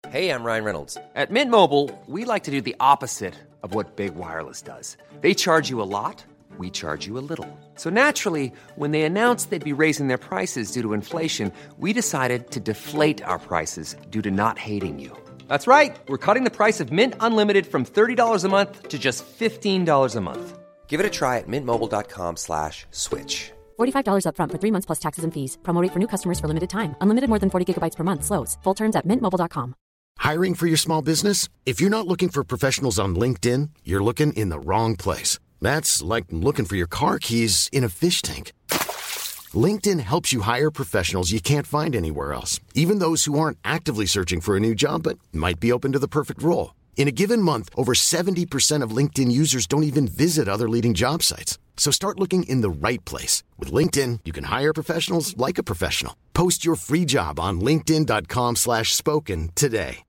Hey, I'm Ryan Reynolds. At Mint Mobile, we like to do the opposite of what Big Wireless does. They charge you a lot, we charge you a little. So naturally, when they announced they'd be raising their prices due to inflation, we decided to deflate our prices due to not hating you. That's right. We're cutting the price of Mint Unlimited from $30 a month to just $15 a month. Give it a try at mintmobile.com/switch. $45 up front for 3 months plus taxes and fees. Promo rate for new customers for limited time. Unlimited more than 40 gigabytes per month. Slows full terms at mintmobile.com. Hiring for your small business? If you're not looking for professionals on LinkedIn, you're looking in the wrong place. That's like looking for your car keys in a fish tank. LinkedIn helps you hire professionals you can't find anywhere else, even those who aren't actively searching for a new job but might be open to the perfect role. In a given month, over 70% of LinkedIn users don't even visit other leading job sites. So start looking in the right place. With LinkedIn, you can hire professionals like a professional. Post your free job on linkedin.com/spoken today.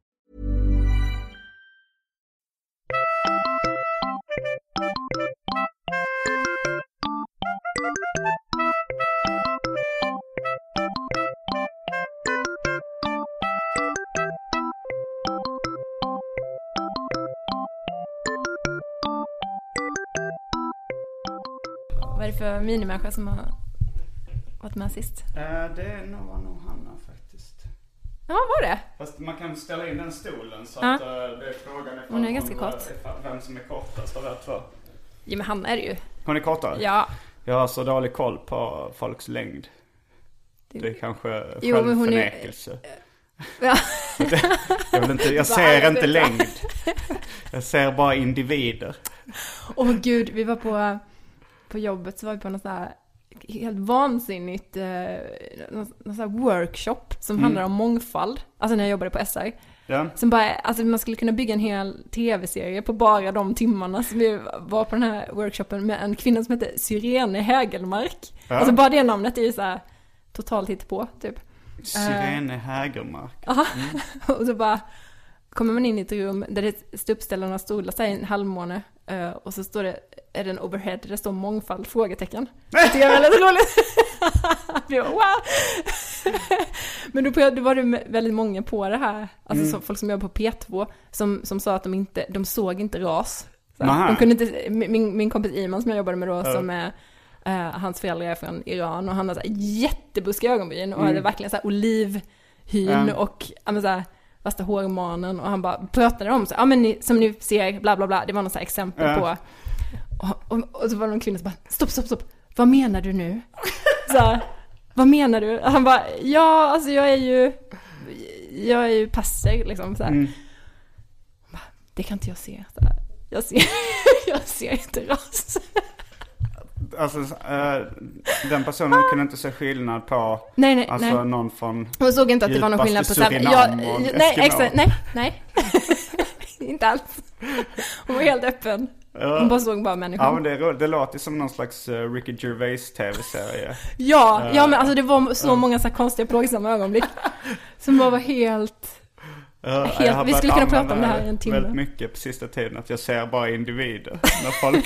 Vad är det för minimänniska som har varit med sist? Det var nog Hanna faktiskt. Ja, var det? Fast man kan ställa in den stolen så att det är frågan hon är ganska kort. Vem som är kortast av er två. Ja, men Hanna är det ju. Hon är kortare? Ja. Jag har så dålig koll på folks längd. Det är kanske Är... självförnekelse. Ja. Jag ser inte längd. Jag ser bara individer. Åh gud, vi var på jobbet så var vi på något så här helt vansinnigt någon så här workshop som handlar om mångfald. Alltså när jag jobbade på SR. Ja. Som bara, alltså man skulle kunna bygga en hel tv-serie på bara de timmarna som vi var på den här workshopen med en kvinna som heter Sirene Hägelmark. Ja. Alltså bara det namnet är ju så här totalt hittepå typ. Sirene Hägelmark. Ja. Och så bara kommer man in i ett rum där det står uppställda några stolar, så här en halvmåne, och så står det, är det en overhead, det står mångfald, frågetecken. Det är väldigt roligt. Wow. Men då var det väldigt många på det här, alltså så folk som jobbar på P2 som sa att de såg inte ras. Så de kunde inte, min kompis Iman som jag jobbade med då, som är hans föräldrar är från Iran och han har så här jättebuskiga ögonbryn och hade verkligen så här olivhyn och så här värsta hårmanen, och han bara pratade om så ja men som ni ser bla bla bla, det var något så här exempel på och så var det någon kvinna som bara stopp, vad menar du nu? Så här, vad menar du? Han bara ja alltså jag är ju passer liksom så här. Bara, det kan inte jag se så här, jag ser inte ras. Alltså den personen kunde inte se skillnad på nej. någon från hon såg inte att det var någon skillnad på nej exakt nej. Inte alls. Hon var helt öppen. Hon bara såg bara människor. Ja, men det låter som någon slags Ricky Gervais tv-serie. Ja, men alltså det var så många så här konstiga plågsamma ögonblick som bara var helt vi skulle kunna prata om det här i en timme. Väldigt mycket på sista tiden att jag ser bara individer när folk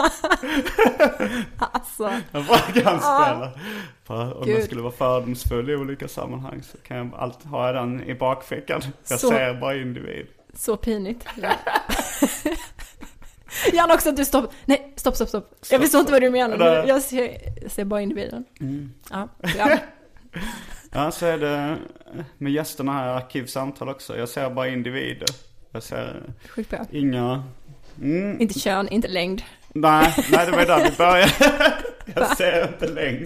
alltså kan spela. Om jag skulle vara fördomsfull i olika sammanhang så kan jag alltid ha den i bakfickan. Jag ser bara individ. Så pinigt. Gärna också att du stopp. Jag förstår inte vad du menar. Jag ser bara individen. Ja. Ja, så är det med gästerna här i Arkivsamtal också. Jag ser bara individer. Jag ser inga... Inte kön, inte längd. Nej, det var där vi började. Jag ser inte längd.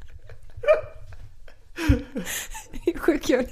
Sjukt kul.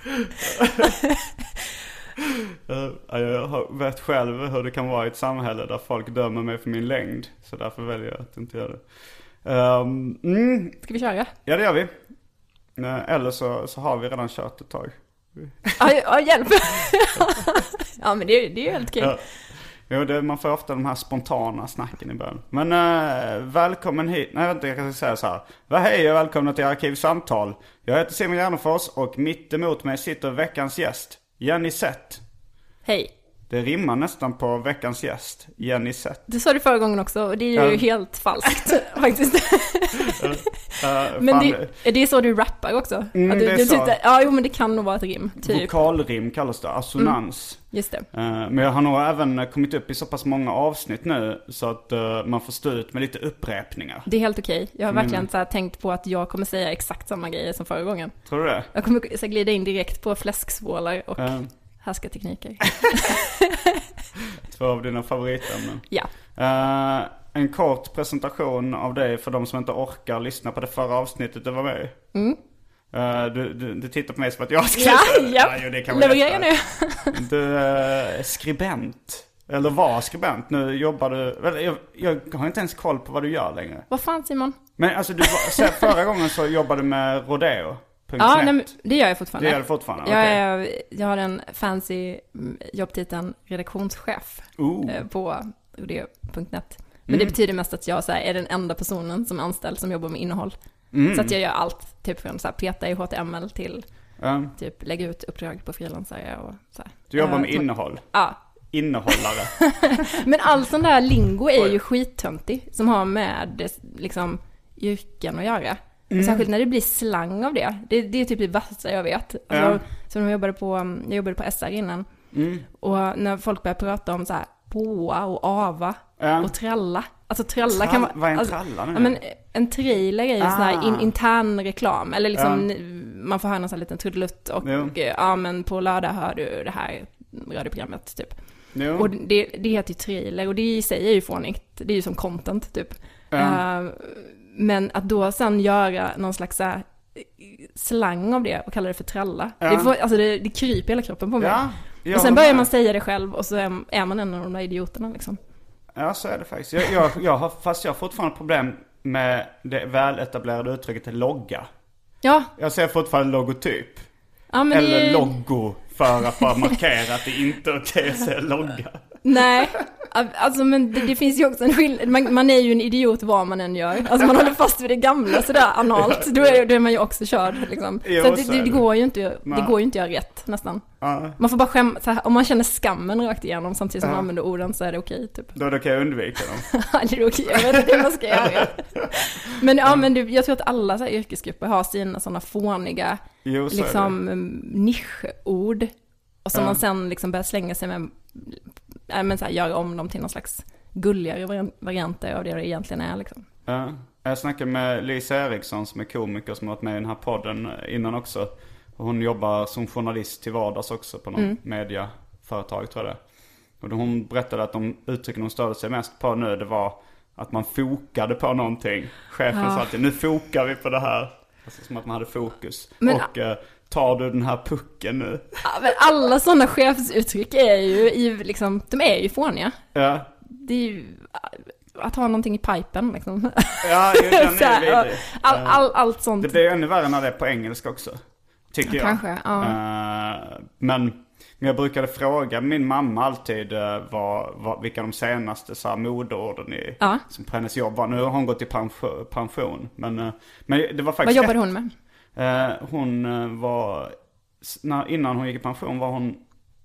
Jag vet själv hur det kan vara i ett samhälle där folk dömer mig för min längd. Så därför väljer jag att inte göra det. Ska vi köra? Ja, det gör vi. Eller så har vi redan kört ett tag. Ja, hjälp. Ja, men det är ju helt kul. Jo, man får ofta de här spontana snacken i början. Men välkommen hit. Nej, vänta, jag kan säga så här. Hej och välkomna till Arkivsamtal. Jag heter Simon Gärdenfors och mitt emot mig sitter veckans gäst, Jenny Sett. Hej. Det rimmar nästan på veckans gäst, Jenny Sett. Det sa du förra gången också, och det är ju helt falskt faktiskt. Men det är så du rappar också. Att det är så. Men det kan nog vara ett rim. Typ. Vokalrim kallas det, assonans. Just det. Men jag har nog även kommit upp i så pass många avsnitt nu så att man får stå ut med lite upprepningar. Det är helt okej. Jag har verkligen så här tänkt på att jag kommer säga exakt samma grejer som förra gången. Tror du det? Jag kommer så glida in direkt på fläsksvålar och härskartekniker. 2 av dina favoritämnen. Ja. En kort presentation av dig för de som inte orkar lyssna på det förra avsnittet du var med i. Du tittar på mig som att jag ska leverera nu. Du är skribent. Eller var skribent. Nu jobbar du... Jag har inte ens koll på vad du gör längre. Vad fan, Simon? Men alltså förra gången så jobbade du med Rodeo. Ja, nej, det gör jag fortfarande. Det gör du fortfarande? Okay. Jag har den fancy jobbtiteln redaktionschef på rodeo.net. Men det betyder mest att jag är den enda personen som är anställd som jobbar med innehåll. Så att jag gör allt, typ från peta i HTML till typ lägga ut uppdrag på frilansare och så här. Du jobbar med innehåll? Ja. Innehållare. Men all sån där lingo är ju skittöntig som har med liksom yrken att göra. Särskilt när det blir slang av det. Det är typ det värsta jag vet. Alltså, så jag jobbade på SR innan. Och när folk börjar prata om så här påa och ava och tralla. Alltså tralla kan vara... Vad är en tralla nu? Ja, men en trailer är ju sån här intern reklam. Eller liksom man får höra någon sån här liten trudelutt. Och men på lördag hör du det här radioprogrammet typ. Och det heter ju trailer. Och det i sig är ju fånigt. Det är ju som content typ. Men att då sen göra någon slags slang av det och kalla det för tralla. Det kryper hela kroppen på mig. Och sen börjar man säga det själv och så är man en av de där idioterna liksom. Ja, så är det faktiskt. Jag har fortfarande problem med det väletablerade uttrycket logga. Ja. Jag säger fortfarande logotyp. Ja, men eller loggo för att bara markera att det inte är okej att säga logga. Nej, alltså men det finns ju också en skillnad. Man är ju en idiot vad man än gör. Alltså man håller fast vid det gamla sådär analt. Då är man ju också körd liksom. Så det går ju inte att göra rätt nästan. Man får bara skämma så här, om man känner skammen rakt igenom samtidigt som man använder orden så är det okej typ. Då kan jag undvika dem. Det är okej, jag vet inte hur man ska göra. Men jag tror att alla så här yrkesgrupper har sina sådana fåniga liksom nischord. Och som man sen liksom börjar slänga sig med så här, göra om dem till någon slags gulligare varianter av det egentligen är liksom. Jag snackade med Lisa Eriksson som är komiker som har varit med i den här podden innan också. Och hon jobbar som journalist till vardags också på någon mediaföretag tror jag det. Och hon berättade att de uttrycken hon störde sig mest på nu det var att man fokade på någonting. Chefen sa alltid, nu fokar vi på det här. Alltså som att man hade fokus. Och tar du den här pucken nu? Ja, men alla sådana chefsuttryck är ju liksom, de är ju fåniga. Ja. Det är ju att ha någonting i pipen liksom. Ja, den är vidrig. Allt sånt. Det blir ännu värre när det är på engelska också. Tycker jag. Kanske, ja. Men jag brukade fråga min mamma alltid vilka de senaste så här modeorden som på hennes jobb var. Nu har hon gått i pension. Men det var faktiskt... Vad jobbade hon med? Hon var... Innan hon gick i pension var hon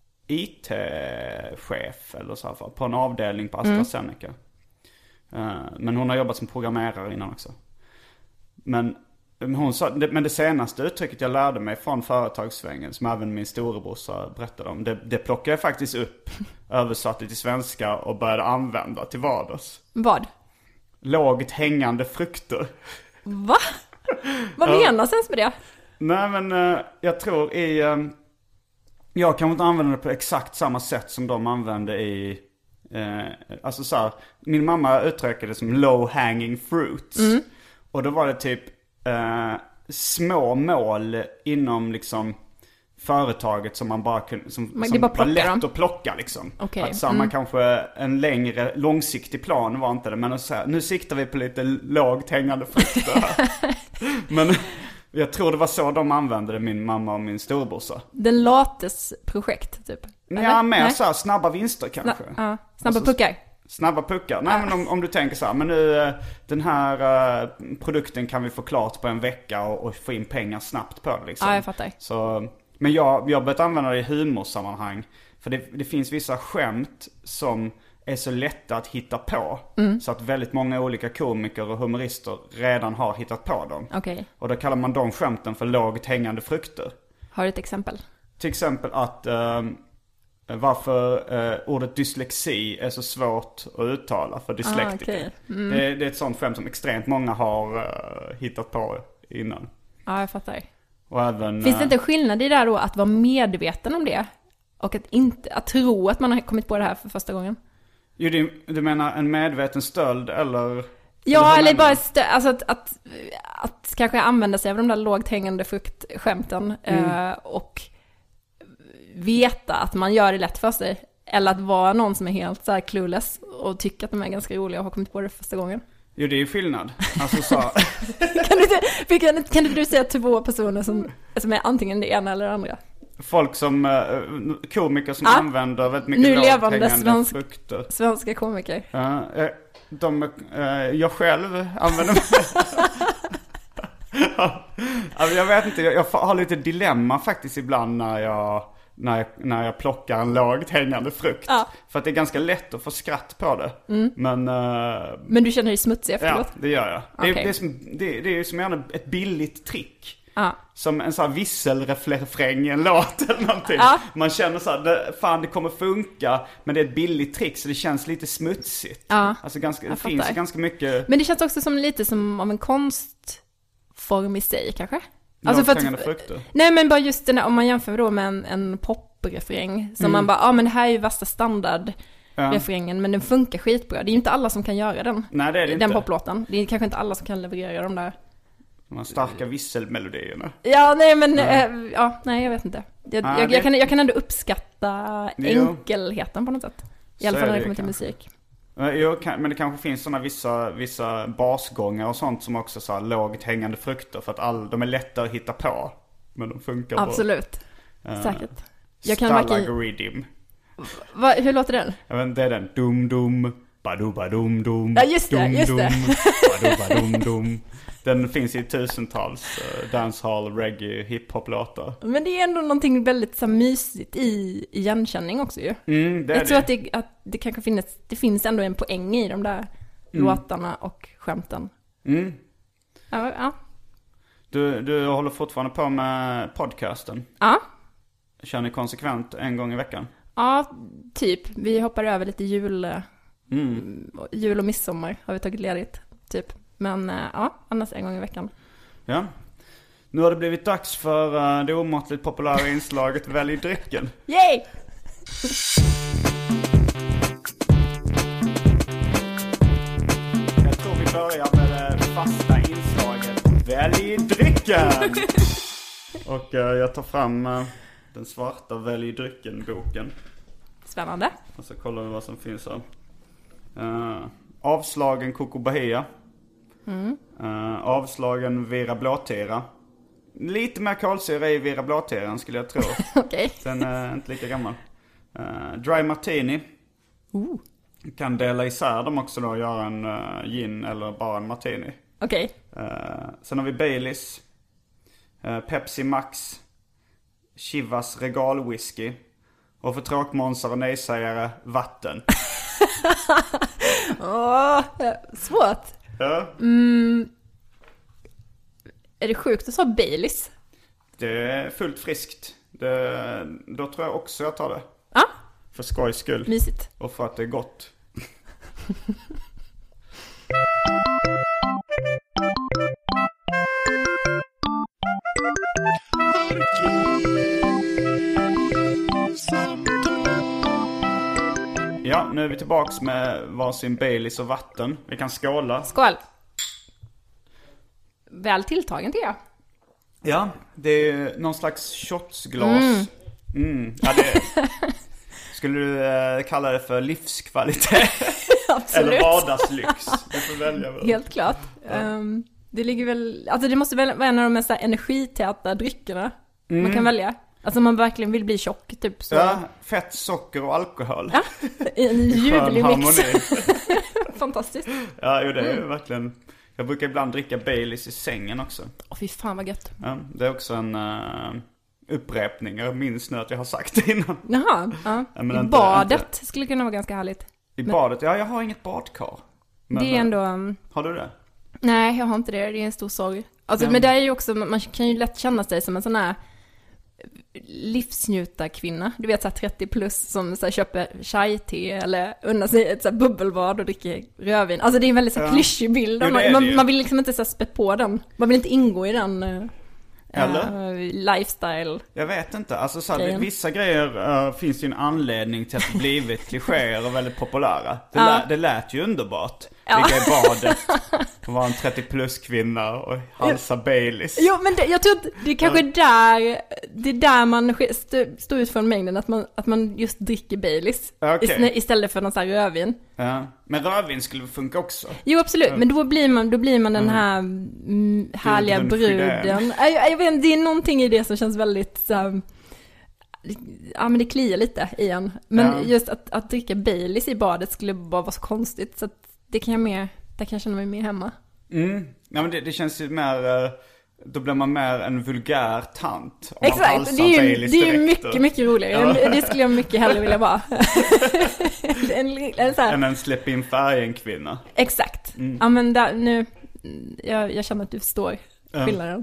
IT-chef eller så här, på en avdelning på AstraZeneca. Men hon har jobbat som programmerare innan också. Men hon sa, men det senaste uttrycket jag lärde mig från företagssvängen, som även min storebrorsa berättade om, det plockade jag faktiskt upp, översatte till svenska och började använda till vardags. Vad? Lågt hängande frukter. Va? Vad menas ens med det? Nej, men jag tror jag kan inte använda det på exakt samma sätt som de använde i... alltså så här, min mamma uttryckte det som low hanging fruits. Och då var det typ små mål inom liksom företaget som man bara kunde, som var lätt att plocka liksom. Okay. Att samma kanske en längre långsiktig plan var inte det, men så här, nu siktar vi på lite lågt hängande frukter här. Men jag tror det var så de använde det, min mamma och min storebrorsa. Den lates projekt typ. Ja, mer så här, snabba vinster kanske. Snabba puckar. Snabba puckar. Nej, men om du tänker så här, men nu den här produkten kan vi få klart på en vecka och få in pengar snabbt på det liksom. Ja, jag fattar. Så Men jag har börjat använda det i humorsammanhang. För det finns vissa skämt som är så lätta att hitta på. Så att väldigt många olika komiker och humorister redan har hittat på dem. Okej. Och då kallar man de skämten för lågt hängande frukter. Har du ett exempel? Till exempel att varför ordet dyslexi är så svårt att uttala för dyslektiker. Det är ett sånt skämt som extremt många har hittat på innan. Ja, jag fattar. Och även, Finns det inte en skillnad i det där då att vara medveten om det? Och att tro att man har kommit på det här för första gången? Jo, du menar en medveten stöld eller... Ja, eller bara alltså att kanske använda sig av de där lågt hängande fruktskämten och veta att man gör det lätt för sig. Eller att vara någon som är helt så här clueless och tycker att de är ganska roliga och har kommit på det första gången. Jo, det är ju skillnad. Alltså så... kan du säga 2 personer som är antingen det ena eller det andra? Folk som, komiker som använder väldigt mycket lågt hängande frukter. Svenska komiker. Jag själv använder jag vet inte, jag har lite dilemma faktiskt ibland när jag plockar en lågt hängande frukt. För att det är ganska lätt att få skratt på det. Men du känner dig smutsig efteråt? Ja, det gör jag. Okay. Det är som gärna ett billigt trick. Som en sån här visselrefräng i en låt eller någonting. Man känner så här, det kommer funka, men det är ett billigt trick så det känns lite smutsigt. Alltså det finns ganska mycket. Men det känns också lite som av en konstform i sig kanske. Alltså för att, frukter. Nej, men bara just om man jämför då med en poprefräng som man bara, men det här är ju värsta standardrefrängen, men den funkar skitbra. Det är ju inte alla som kan göra den. Nej, det är det den poplåten. Det är kanske inte alla som kan leverera de där. De starka visselmelodierna. Ja, nej men nej, jag vet inte. Jag kan ändå uppskatta enkelheten på något sätt. I alla fall när det kommer till musik. Men det kanske finns såna vissa basgångar och sånt som också så här lågt hängande frukter för att de är lättare att hitta på. Men de funkar bra. Absolut. Säkert. Stallagridim. Hur låter den? Jag vet inte, det är den. Dum-dum, badum-badum-dum. Ja, just det. Badum-badum-dum. Den finns i tusentals dancehall, reggae, hiphop-låtar. Men det är ändå någonting väldigt så mysigit i igenkänning också ju. Jag tror att det kanske finns ändå en poäng i de där låtarna och skämten. Ja. Du håller fortfarande på med podcasten? Ja. Kör ni konsekvent en gång i veckan? Ja, typ. Vi hoppar över lite jul och midsommar har vi tagit ledigt, typ. Men annars en gång i veckan. Ja. Nu har det blivit dags för det omåttligt populära inslaget Välj drycken. Yay! Jag tror vi börjar med det fasta inslaget Välj drycken. Och jag tar fram den svarta Välj drycken-boken. Spännande. Och så kollar vi vad som finns här. Avslagen Coco Bahia. Avslagen Vera Blåtira. Lite mer kolsyra i Vera Blåtiran skulle jag tro. Okej. Den är inte lika gammal. Dry Martini. Kan dela isär dem också då och göra en gin eller bara en martini. Okej. Sen har vi Baileys. Pepsi Max. Chivas Regal Whisky. Och för tråkmånsar och nejsägare vatten. Svårt. Ja. Är det sjukt att sa Baileys? Det är fullt friskt. Då tror jag också jag tar det. Ja. För skojs skull. Mysigt. Och för att det är gott. Ja, nu är vi tillbaks med varsin Baileys och vatten. Vi kan skåla. Skål. Väl tilltagen till jag. Ja, det är någon slags shotsglas. Ja, skulle du kalla det för livskvalitet? Absolut. Eller vardagslyx? Du får välja väl. Helt klart. Ja. Det ligger väl, alltså det måste väl vara en av de mest energitäta dryckerna man kan välja. Alltså man verkligen vill bli tjock typ så. Ja, fett, socker och alkohol. Ja, en ljuvlig mix. Fantastiskt. Ja, jo, det är verkligen. Jag brukar ibland dricka Baileys i sängen också. Fy fan vad gött. Ja, det är också upprepning. Jag minns nu att jag har sagt det innan. Jaha, ja. Men I badet skulle kunna vara ganska härligt. I badet? Ja, jag har inget badkar. Men, det är ändå... har du det? Nej, jag har inte det. Det är en stor sorg. Alltså, men det är ju också, man kan ju lätt känna sig som en sån här livsnjutarkvinna. Du vet, så här 30 plus som så här, köper chai-te eller unnar sig ett så här bubbelbad och dricker rödvin. Alltså det är en väldigt så här klyschig bild. Man vill liksom inte så här spä på den. Man vill inte ingå i den lifestyle. Jag vet inte. Alltså så här, vissa grejer finns ju en anledning till att det blivit klichéer och väldigt populära. Det lät ju underbart. Ligga i badet och vara en 30 plus kvinna och halsa Baileys. Jo, men jag tror att det är kanske det är där man står ut från mängden, att man just dricker Baileys istället för någon sån här rödvin. Ja, men rödvin skulle funka också. Jo, absolut, men då blir man den här härliga bruden. Jag vet inte, det är någonting i det som känns väldigt så, ja, men det kliar lite igen. Men just att dricka Baileys i badet skulle bara vara så konstigt, så att det kan där kan jag känna mig mer hemma. Ja, men det känns ju mer, då blir man mer en vulgär tant. Exakt, det är ju mycket roligare. Ja. Det skulle jag mycket hellre vilja vara. En släpp in färgen kvinna. Exakt. Ja, men nu, jag känner att du förstår skillnaden.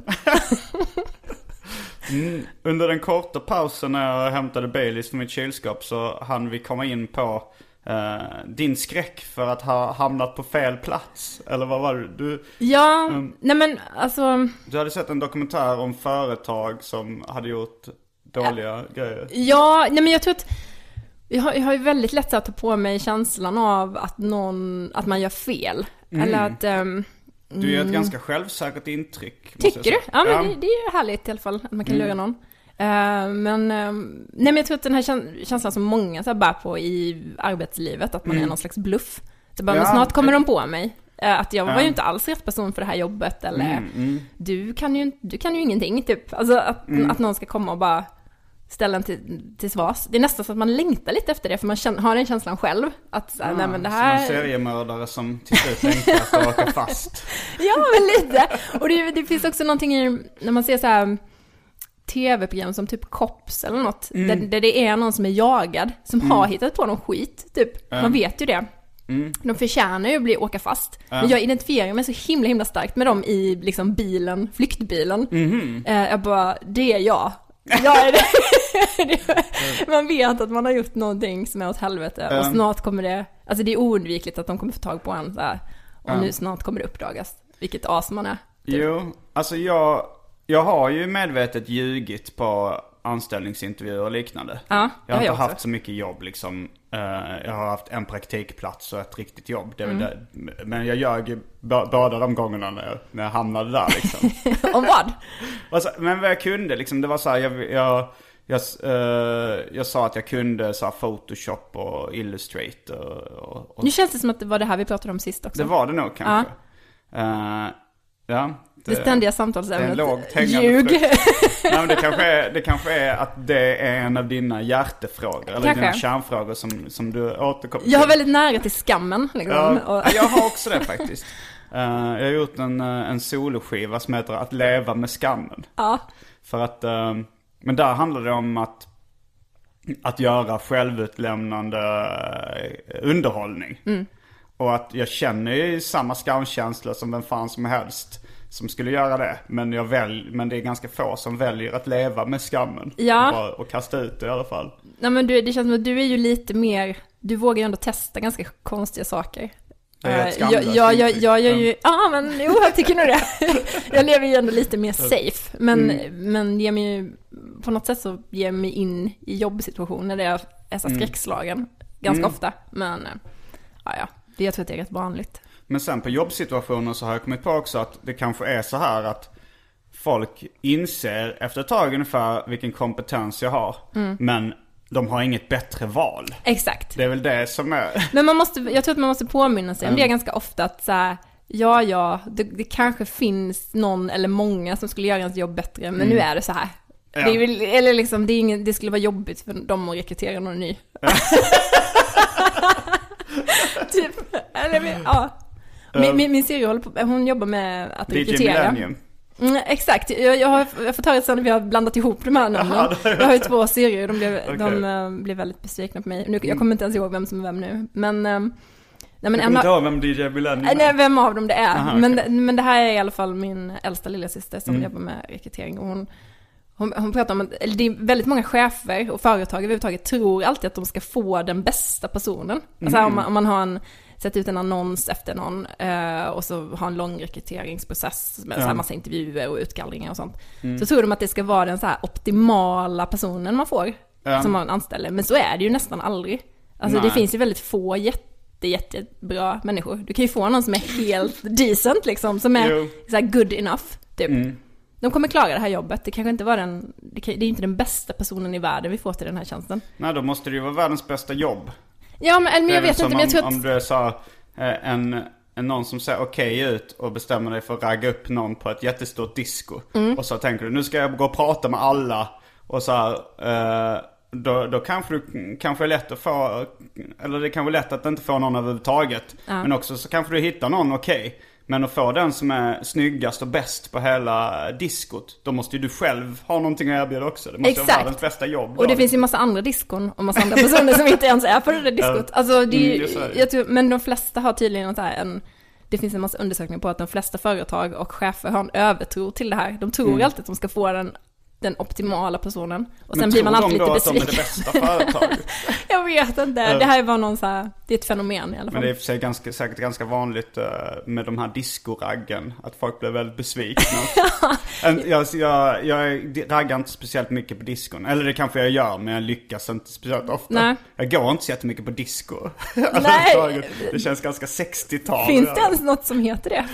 Under den korta pausen när jag hämtade Baileys från mitt kylskåp så hann vi komma in på din skräck för att ha hamnat på fel plats. Eller vad var det? Du, nej men alltså... Du hade sett en dokumentär om företag som hade gjort dåliga grejer. Ja, nej men jag tror att jag har ju väldigt lätt att ta på mig känslan av att man gör fel. Eller att... du gör ett ganska självsäkert intryck. Tycker du? Ja, men det är ju härligt i alla fall att man kan lura någon. Men jag tror att den här känslan som många så här bär på i arbetslivet, att man är någon slags bluff. Så bara, men snart kommer de på mig. Att jag var ju inte alls rätt person för det här jobbet. Eller du kan ju ingenting typ. Alltså att någon ska komma och bara ställa en till svars. Det är nästan så att man längtar lite efter det, för man har den känslan själv att nej, men det här... Som en seriemördare som till slut längtar att åka fast. Ja, men lite. Och det finns också någonting i, när man ser så här tv-program som typ Cops eller något, där det är någon som är jagad, som har hittat på någon skit typ. Man vet ju det. De förtjänar ju att åka fast. Men jag identifierar mig så himla starkt med dem i liksom bilen, flyktbilen. Jag bara, det är jag. Jag är det. Man vet att man har gjort någonting som är åt helvete. Och snart kommer det, alltså det är oundvikligt att de kommer få tag på en så här. Och nu snart kommer det uppdagas vilket as man är typ. Jo, alltså jag har ju medvetet ljugit på anställningsintervjuer och liknande. Ja, jag har inte haft så mycket jobb liksom. Jag har haft en praktikplats och ett riktigt jobb. Det är väl det. Men jag ljög båda de gångerna när jag hamnade där liksom. Om vad? Alltså, men vad jag kunde liksom, det var så här, jag sa att jag kunde så här, Photoshop och Illustrator och... Nu känns det som att det var det här vi pratade om sist också. Det var det nog kanske. Ja. Det ständiga samtalsämnet. Ljug. Nej, men det kanske är att det är en av dina hjärtefrågor. Eller dina kärnfrågor som du återkommer till. Jag har väldigt nära till skammen. Liksom. Ja, jag har också det faktiskt. Jag har gjort en soloskiva som heter Att leva med skammen. Ja. För att, men där handlar det om att göra självutlämnande underhållning. Och att jag känner ju samma skamkänsla som vem fan som helst som skulle göra det. Men det är ganska få som väljer att leva med skammen. Ja. Och kasta ut det i alla fall. Nej, men det känns som att du är ju lite mer... Du vågar ju ändå testa ganska konstiga saker. Jag tycker nog det. Jag lever ju ändå lite mer safe. Men ger mig, på något sätt så ger mig in i jobbsituationer där jag är så skräckslagen. Ganska ofta. Men jag tror att det är rätt vanligt. Men sen på jobbsituationer så har jag kommit på också att det kanske är så här att folk inser efter ett tag ungefär vilken kompetens jag har. Men de har inget bättre val. Exakt. Det är väl det som är... Men jag tror att man måste påminna sig om det ganska ofta att så här, det kanske finns någon eller många som skulle göra ens jobb bättre, men nu är det så här. Ja. Det är väl, eller liksom, det skulle vara jobbigt för dem att rekrytera någon ny. Typ, eller ja. Min syrra hon jobbar med att rekrytera. Exakt, jag har fått höra sen när vi har blandat ihop de här namnen. Jag har ju 2 serier, de blev väldigt besvikna på mig. Jag kommer inte ens ihåg vem som är vem nu. Men, nej, men jag kommer inte ihåg vem DJ Millennium är. Nej, vem av dem det är. Aha, okay. Men det här är i alla fall min äldsta lillasyster som jobbar med rekrytering. Och hon pratar om att eller det är väldigt många chefer och företag överhuvudtaget tror alltid att de ska få den bästa personen. Alltså om man har sätter ut en annons efter någon och så har en lång rekryteringsprocess med så här massa intervjuer och utgallringar och sånt. Så tror de att det ska vara den så här optimala personen man får som man anställer. Men så är det ju nästan aldrig. Alltså det finns ju väldigt få jättebra människor. Du kan ju få någon som är helt decent liksom, som är så här good enough typ. De kommer klara det här jobbet. Det kanske inte var det är inte den bästa personen i världen vi får till den här tjänsten. Nej, då måste det ju vara världens bästa jobb. Ja, men jag vet inte, men jag tror att om du är så någon som ser okej ut och bestämmer dig för att ragga upp någon på ett jättestort disco och så tänker du, nu ska jag gå och prata med alla och så här, då kanske är lätt att få, eller det kan vara lätt att inte få någon överhuvudtaget, men också så kanske du hittar någon okej. Men att få den som är snyggast och bäst på hela diskot, då måste ju du själv ha någonting att erbjuda också. Det måste vara världens bästa jobb. Och det finns ju massa andra diskon och massa andra personer som inte ens är på det där diskot. Alltså, jag tror, men de flesta har tydligen något här, det finns en massa undersökningar på att de flesta företag och chefer har en övertro till det här. De tror alltid att de ska få den optimala personen. Och sen blir man alltid lite besviken. Men tror de då att de är det bästa företaget? Jag vet inte. Det här var någon så här, det är ett fenomen i alla fall. Men det är för sig säkert ganska vanligt med de här discoraggen, att folk blir väldigt besvikna. Jag raggar inte speciellt mycket på diskon. Eller det kanske jag gör, men jag lyckas inte speciellt ofta. Nej. Jag går inte så jättemycket på disco. Nej. Det känns ganska 60-tal. Finns det ens något som heter det?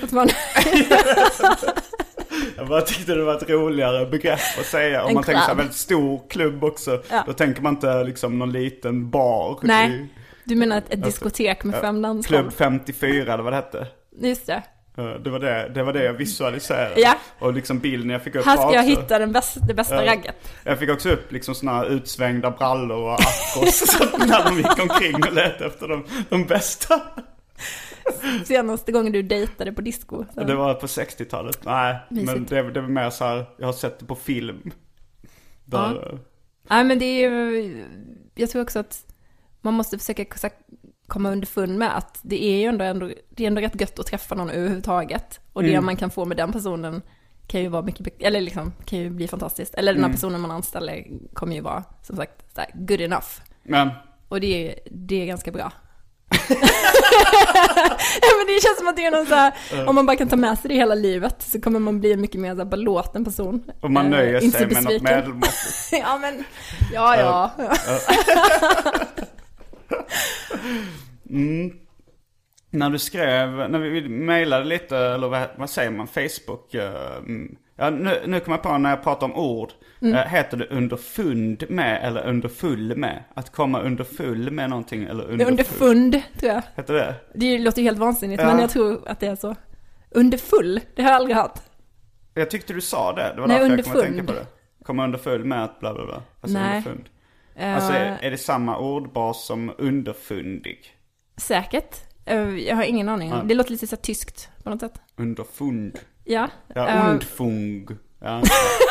Jag bara tyckte det var ett roligare begrepp att säga. Om man tänker så här väldigt stor klubb också, då tänker man inte liksom någon liten bar. Nej, du menar ett diskotek med 5 dansgolv. Klubb 54 eller vad det hette. Just det. Det var det jag visualiserade. Ja. Och liksom bilden jag fick upp. Här ska jag hitta det bästa ragget. Jag fick också upp liksom såna här utsvängda brallor och afros när de gick omkring och letade efter de bästa. Senaste gången du dejtade på disco så. Det var på 60-talet. Nej, men det var mer så här, jag har sett det på film. Nej, men det är ju, jag tror också att man måste försöka komma underfund med att det är ju ändå rätt gött att träffa någon överhuvudtaget. Och det man kan få med den personen kan ju vara mycket, eller liksom kan ju bli fantastiskt. Eller den här personen man anställer kommer ju vara, som sagt, så här, good enough. Och det är ganska bra. Men det känns som att det är någon så här, om man bara kan ta med sig det hela livet så kommer man bli en mycket mer så här belåten person. Och man nöjer sig med något medelmåttigt. Ja, men ja. När vi mejlade lite, eller vad säger man, Facebook, nu kommer jag på när jag pratar om ord, heter det underfund med eller underfull med? Att komma underfull med någonting eller underfund, tror jag. Heter det? Det låter ju helt vansinnigt, men jag tror att det är så. Underfull, det har jag aldrig hört. Jag tyckte du sa det, det var därför jag kom att tänka på det. Komma underfull med att bla bla bla. Alltså underfund. Alltså är det samma ordbas som underfundig? Säkert. Jag har ingen aning. Det låter lite så tyskt på något sätt. Underfund. Ja. Undfung. Ja.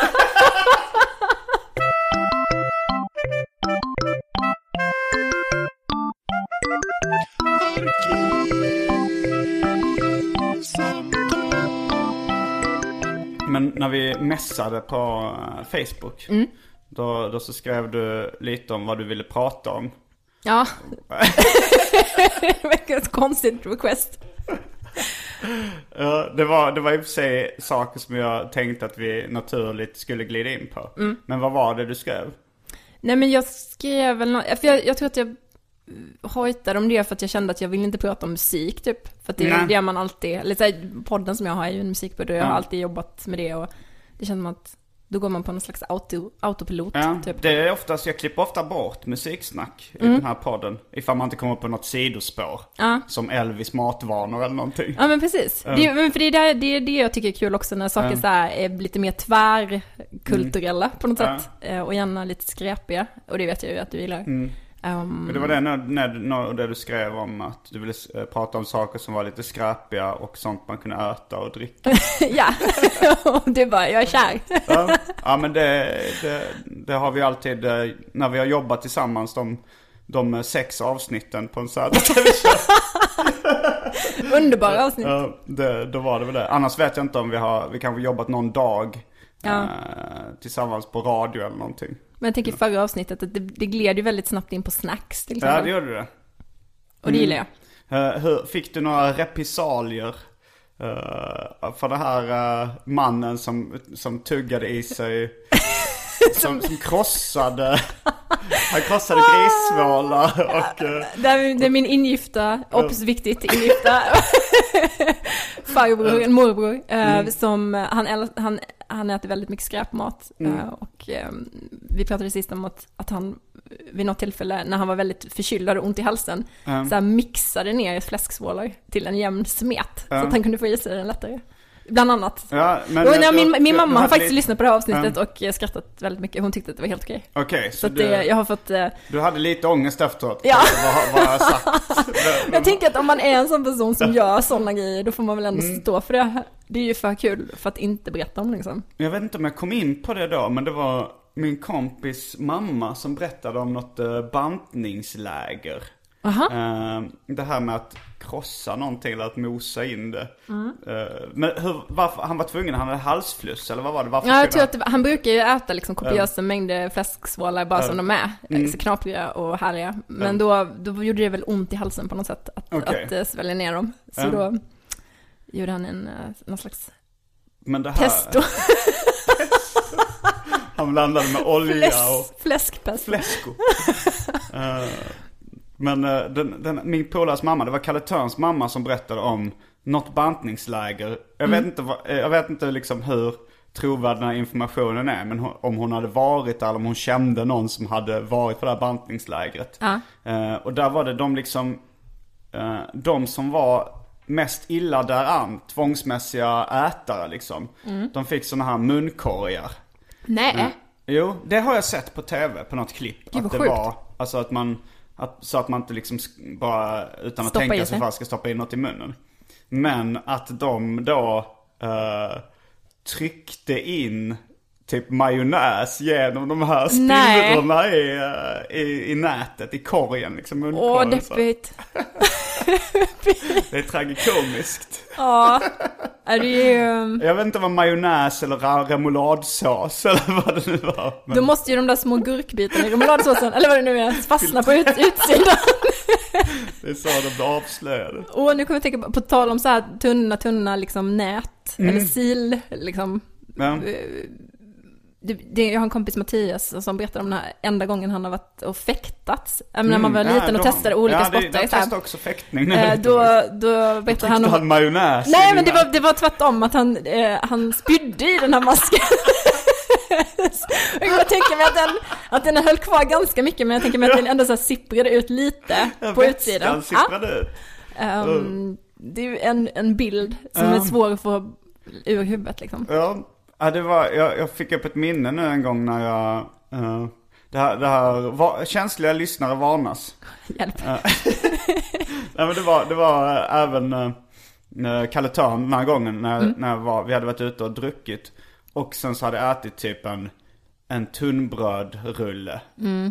Men när vi mässade på Facebook, då så skrev du lite om vad du ville prata om. Ja. Veckans konstigt request. Ja, det var i och för sig saker som jag tänkte att vi naturligt skulle glida in på. Men vad var det du skrev? Nej, men jag skrev väl något, för jag tror att jag hojtade om det för att jag kände att jag ville inte prata om musik typ. För att det är det man alltid, eller så här, podden som jag har är ju en musikpodd och jag har alltid jobbat med det och det känns som att då går man på någon slags autopilot typ. Det är oftast, jag klipper ofta bort musiksnack i den här podden ifall man inte kommer på något sidospår som Elvis matvanor eller någonting. Ja, men precis. För det är det jag tycker är kul också när saker så här är lite mer tvärkulturella på något sätt och gärna lite skräpiga, och det vet jag ju att du gillar. Det var det när du skrev om att du ville prata om saker som var lite skräpiga och sånt man kunde äta och dricka. Ja, och det var jag är kär. Ja, men det har vi alltid när vi har jobbat tillsammans de 6 avsnitten på en Söder-TV-show. Underbara avsnitt. Ja, då var det väl det. Annars vet jag inte om vi kanske jobbat någon dag tillsammans på radio eller någonting. Men jag tänker förra avsnittet att det gled ju väldigt snabbt in på snacks till exempel. Ja, det gjorde det. Och det gillar jag. Fick du några repressalier för det här mannen som tuggade i sig som krossade han krossade grissvålar och det är min ingifta, viktigt ingifta farbror, en morbror som han äter väldigt mycket skräpmat och vi pratade sist om att han vid något tillfälle när han var väldigt förkyld och ont i halsen så här mixade ner fläsksvålar till en jämn smet så att han kunde få i sig den lättare. Bland annat. Ja, men min mamma har faktiskt lyssnat på det här avsnittet och skrattat väldigt mycket. Hon tyckte att det var helt okej. Okej, så jag har fått... Du hade lite ångest efteråt. Ja. Vad jag sagt. Jag tänker att om man är en sån person som gör såna grejer, då får man väl ändå stå för det. Det är ju för kul för att inte berätta om liksom. Jag vet inte om jag kom in på det då, men det var min kompis mamma som berättade om något bantningsläger. Det här med att krossa någonting eller att mosa in det. Men varför han var tvungen, han hade halsfluss eller vad var det? Varför jag tror att han brukar ju äta liksom kopiösa mängder fläsksvålar bara som de är. Så knapriga och härliga. Men då gjorde det väl ont i halsen på något sätt att svälja ner dem. Så då gjorde han någon slags pesto. Han blandade med olja och fläskpesto. Fläsko. Men min polares mamma, det var Kalle Törns mamma som berättade om något bantningsläger. Jag vet inte liksom hur trovärd den här informationen är, men om hon hade varit där eller om hon kände någon som hade varit på det här bantningslägret. Och där var det de som var mest illa däran, tvångsmässiga ätare liksom. De fick såna här munkorgar. Nej. Jo, det har jag sett på tv på något klipp. Gud, att det var alltså så att man inte liksom bara utan att tänka sig för ska stoppa in något i munnen. Men att de då tryckte in typ majonnäs genom de här spillrorna i nätet, i korgen liksom, munkorgen. Deppigt. Det är tragikomiskt. Ja, är det ju... Jag vet inte vad majonnäs eller remouladsås eller vad det nu var. Men... Då måste ju de där små gurkbitarna i remouladsåsen, eller vad det nu är, fastna på utsidan. Det är så de blir avslöjade. Nu kommer jag tänka på tal om så här tunna liksom nät, eller sil liksom. Ja. Jag har en kompis Mattias som berättar om den här enda gången han har varit och fäktats. När man var liten och testade olika sporter. Jag testade också fäktning. Då berättar han om... majonnäs. Nej, men det var tvärtom att han spydde i den här masken. Jag tänker mig att den höll kvar ganska mycket, men jag tänker mig att den ändå så här sipprade ut lite på utsidan. Ut. Det är ju en bild som är svår att få ur huvudet liksom. Ja, det var, jag fick upp ett minne nu en gång när jag det här känsliga lyssnare varnas. Hjälp. Nej, men det var även Kalle Törn den här gången när vi hade varit ute och druckit och sen så hade jag ätit typ en tunnbrödrulle.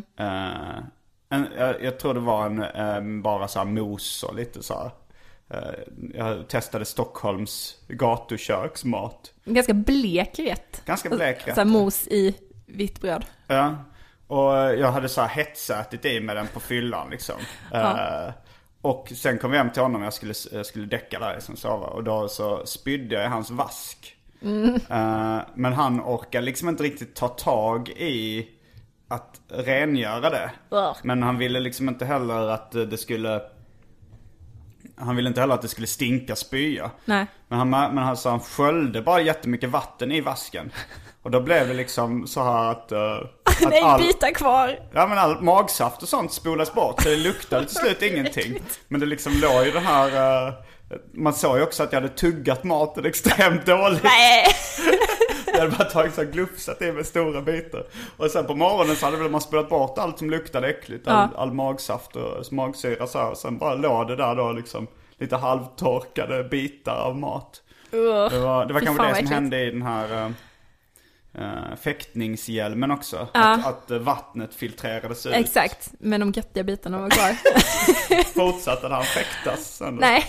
Jag tror det var bara så här mos och lite så här. Jag testade Stockholms gatuköksmat. Ganska blek rätt. Ganska blek rätt. Så här mos i vitt bröd. Ja. Och jag hade så här hetsätit i med den på fyllan liksom. Och sen kom jag hem till honom och jag skulle däcka där liksom, sova. Och då så spydde jag i hans vask. Men han orkade liksom inte riktigt ta tag i att rengöra det. Men han ville liksom inte heller att det skulle... Han ville inte heller att det skulle stinka spya. Nej. Men han sköljde bara jättemycket vatten i vasken. Och då blev det liksom så här att nej, all bitar kvar. Ja, men all magsaft och sånt spolas bort. Så det luktade till slut ingenting. Men det liksom låg ju det här... man såg ju också att jag hade tuggat maten extremt dåligt. Nej. hade bara tagit så glufsat i med stora bitar. Och sen på morgonen så hade väl man spelat bort allt som luktade äckligt. All magsaft och magsyra så här. Och sen bara låg det där då liksom lite halvtorkade bitar av mat. Det var kanske det som hände i den här fäktningshjälmen också. Att vattnet filtrerades ut. Exakt, men de göttiga bitarna var kvar. Fortsatte han fäktas? Ändå. Nej.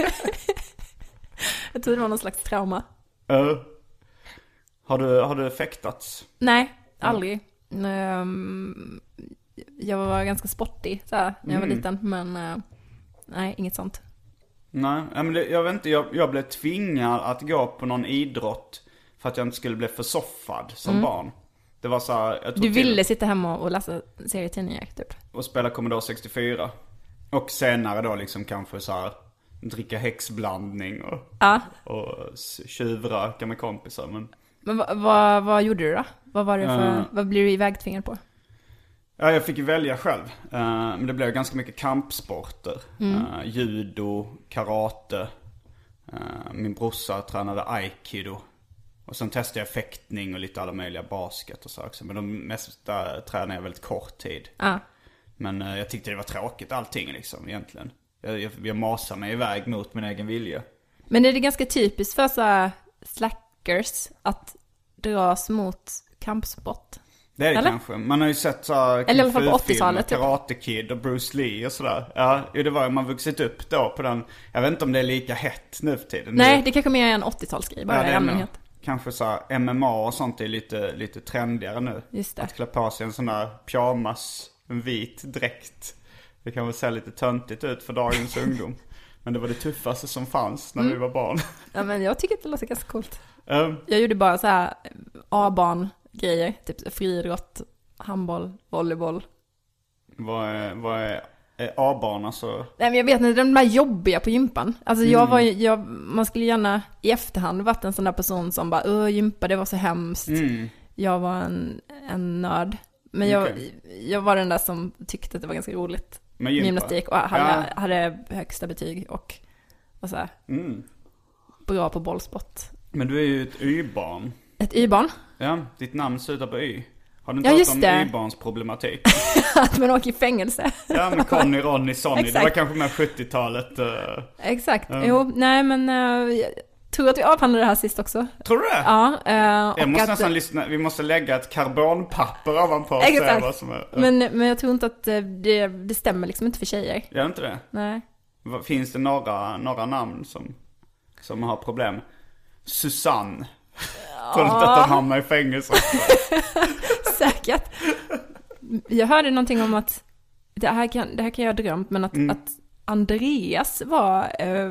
Jag tror det var någon slags trauma. Har du fäktats? Nej, aldrig. Jag var ganska sportig så här, när jag var liten. Men nej, inget sånt. Nej, men jag vet inte. Jag blev tvingad att gå på någon idrott för att jag inte skulle bli försoffad som barn. Det var så här, du ville sitta hemma och läsa serietidningar typ. Och spela Commodore 64. Och senare då liksom kanske så här dricka häxblandning och tjuvröka med kompisar. Men vad gjorde du då? Vad blev du ivägtvingad på? Ja, jag fick ju välja själv. Men det blev ganska mycket kampsporter. Judo, karate. Min brorsa tränade aikido. Och sen testade jag fäktning och lite alla möjliga basket och så också. Men de mesta tränade jag väldigt kort tid. Men jag tyckte det var tråkigt allting liksom egentligen. Jag masade mig iväg mot min egen vilja. Men är det ganska typiskt för så här slackers att dras mot kampsport? Det är det kanske. Man har ju sett så här, eller i alla fall på 80-talet Karate Kid och Bruce Lee och sådär. Ja, det var ju man vuxit upp då på den. Jag vet inte om det är lika hett nu för tiden. Nej, det kanske mer är en 80-talsgrej bara i allmänhet. Kanske så här, MMA och sånt är lite trendigare nu. Just det. Att klä på sig en sån där pyjamas, en vit dräkt. Det kan väl se lite töntigt ut för dagens ungdom. Men det var det tuffaste som fanns när vi var barn. Ja, men jag tycker att det låter ganska coolt. Jag gjorde bara så här A-barn-grejer. Typ friidrott, handboll, volleyboll. Vad är A-barn alltså? Nej, men jag vet inte, de där jobbiga på gympan. Alltså man skulle gärna i efterhand varit en sån där person som bara gympa, det var så hemskt. Jag var en nörd. Men jag var den där som tyckte att det var ganska roligt med gymnastik och hade högsta betyg och så här, bra på bollsport. Men du är ju ett Y-barn. Ett Y-barn? Ja, ditt namn slutar på Y. Har du inte hört om Y-barns problematik? Att man åker i fängelse. Ja, men Conny, Ronny, Sonny. Det var kanske med 70-talet. Exakt. Jo, nej men jag tror att vi avhandlade det här sist också. Tror du det? Ja. Jag måste nästan lyssna. Vi måste lägga ett karbonpapper ovanpå och se vad som är. Men jag tror inte att det stämmer liksom inte för tjejer. Gör inte det? Nej. Finns det några namn som har problem? Susanne. Tror du inte att de hamnar i fängelse? Säkert. Jag hörde någonting om att det här kan jag ha drömt, men att Andreas var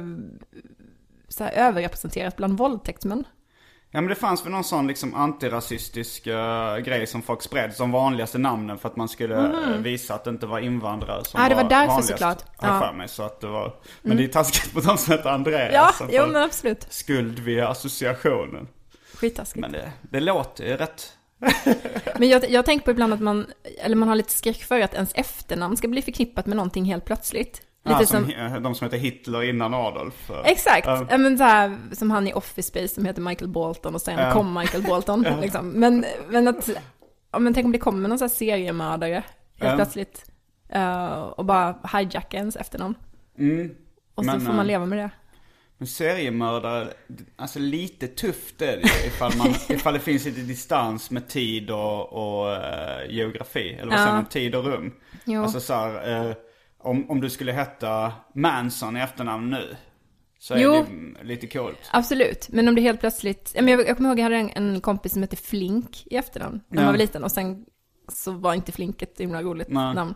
så här överrepresenterat bland våldtäktsmän. Ja, men det fanns väl någon sån liksom antirasistisk grej som folk spred som vanligaste namnen för att man skulle visa att det inte var invandrare som var det var därför vanligast, såklart. För mig, så att det var. Men det är taskigt på de som heter Andreas. Ja, jo, men absolut. Skuld via associationen. Skittaskigt. Men det låter ju rätt. Men jag tänker på ibland att man har lite skräck för att ens efternamn ska bli förknippat med någonting helt plötsligt. Lite som de som heter Hitler innan Adolf. Exakt. Men så här, som han i Office Space som heter Michael Bolton och sen kom Michael Bolton. Liksom. Men att, tänk om det kommer någon så här seriemördare helt plötsligt och bara hijacka ens efternamn. Och så får man leva med det. Men seriemördare, alltså lite tufft är det ifall det finns lite distans med tid och geografi. Eller vad säger man, tid och rum. Jo. Alltså så här, om du skulle heta Manson i efternamn nu, så är det lite coolt. Absolut, men om det helt plötsligt... Jag kommer ihåg att jag hade en kompis som hette Flink i efternamn när man var liten. Och sen så var inte Flink ett himla roligt namn.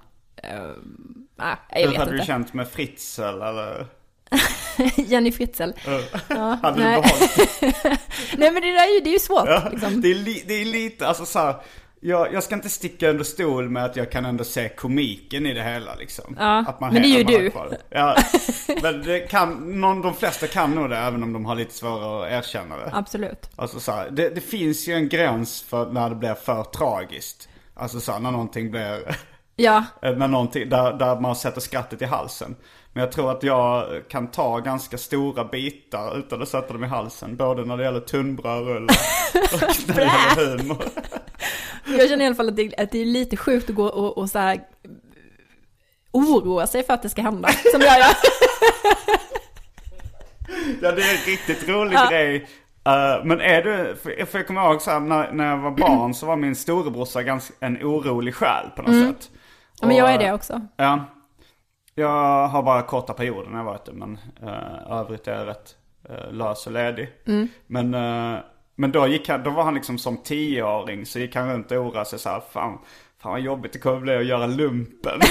Jag vet hade inte. Du känt med Fritzl eller... Jenny Fritzl. Hade du behållit? Nej, men det är ju svårt. Liksom. Det är lite, alltså så här, jag ska inte sticka under stol med att jag kan ändå se komiken i det hela liksom. Att man men det är ju du. Ja, men de flesta kan nog det, även om de har lite svårare att erkänna det. Absolut. Alltså så här, det finns ju en gräns för när det blir för tragiskt. Alltså så här, när någonting blir Ja. När någonting, där man sätter skrattet i halsen. Men jag tror att jag kan ta ganska stora bitar utan att sätta dem i halsen. Både när det gäller tunnbrödrullar och när det gäller humor. Jag känner i alla fall att det är lite sjukt att gå och så här oroa sig för att det ska hända. Som jag gör. Ja, det är en riktigt rolig grej. Men är du, för jag kommer ihåg så här, när jag var barn så var min storebrorsa ganska en orolig själ på något sätt. Ja, men jag är det också. Ja. Jag har bara korta perioder när jag varit det, men övrigt är jag rätt lös och ledig. Men då var han liksom som 10-åring, så gick han runt och oroade sig så här, fan vad jobbigt det kommer bli att göra lumpen.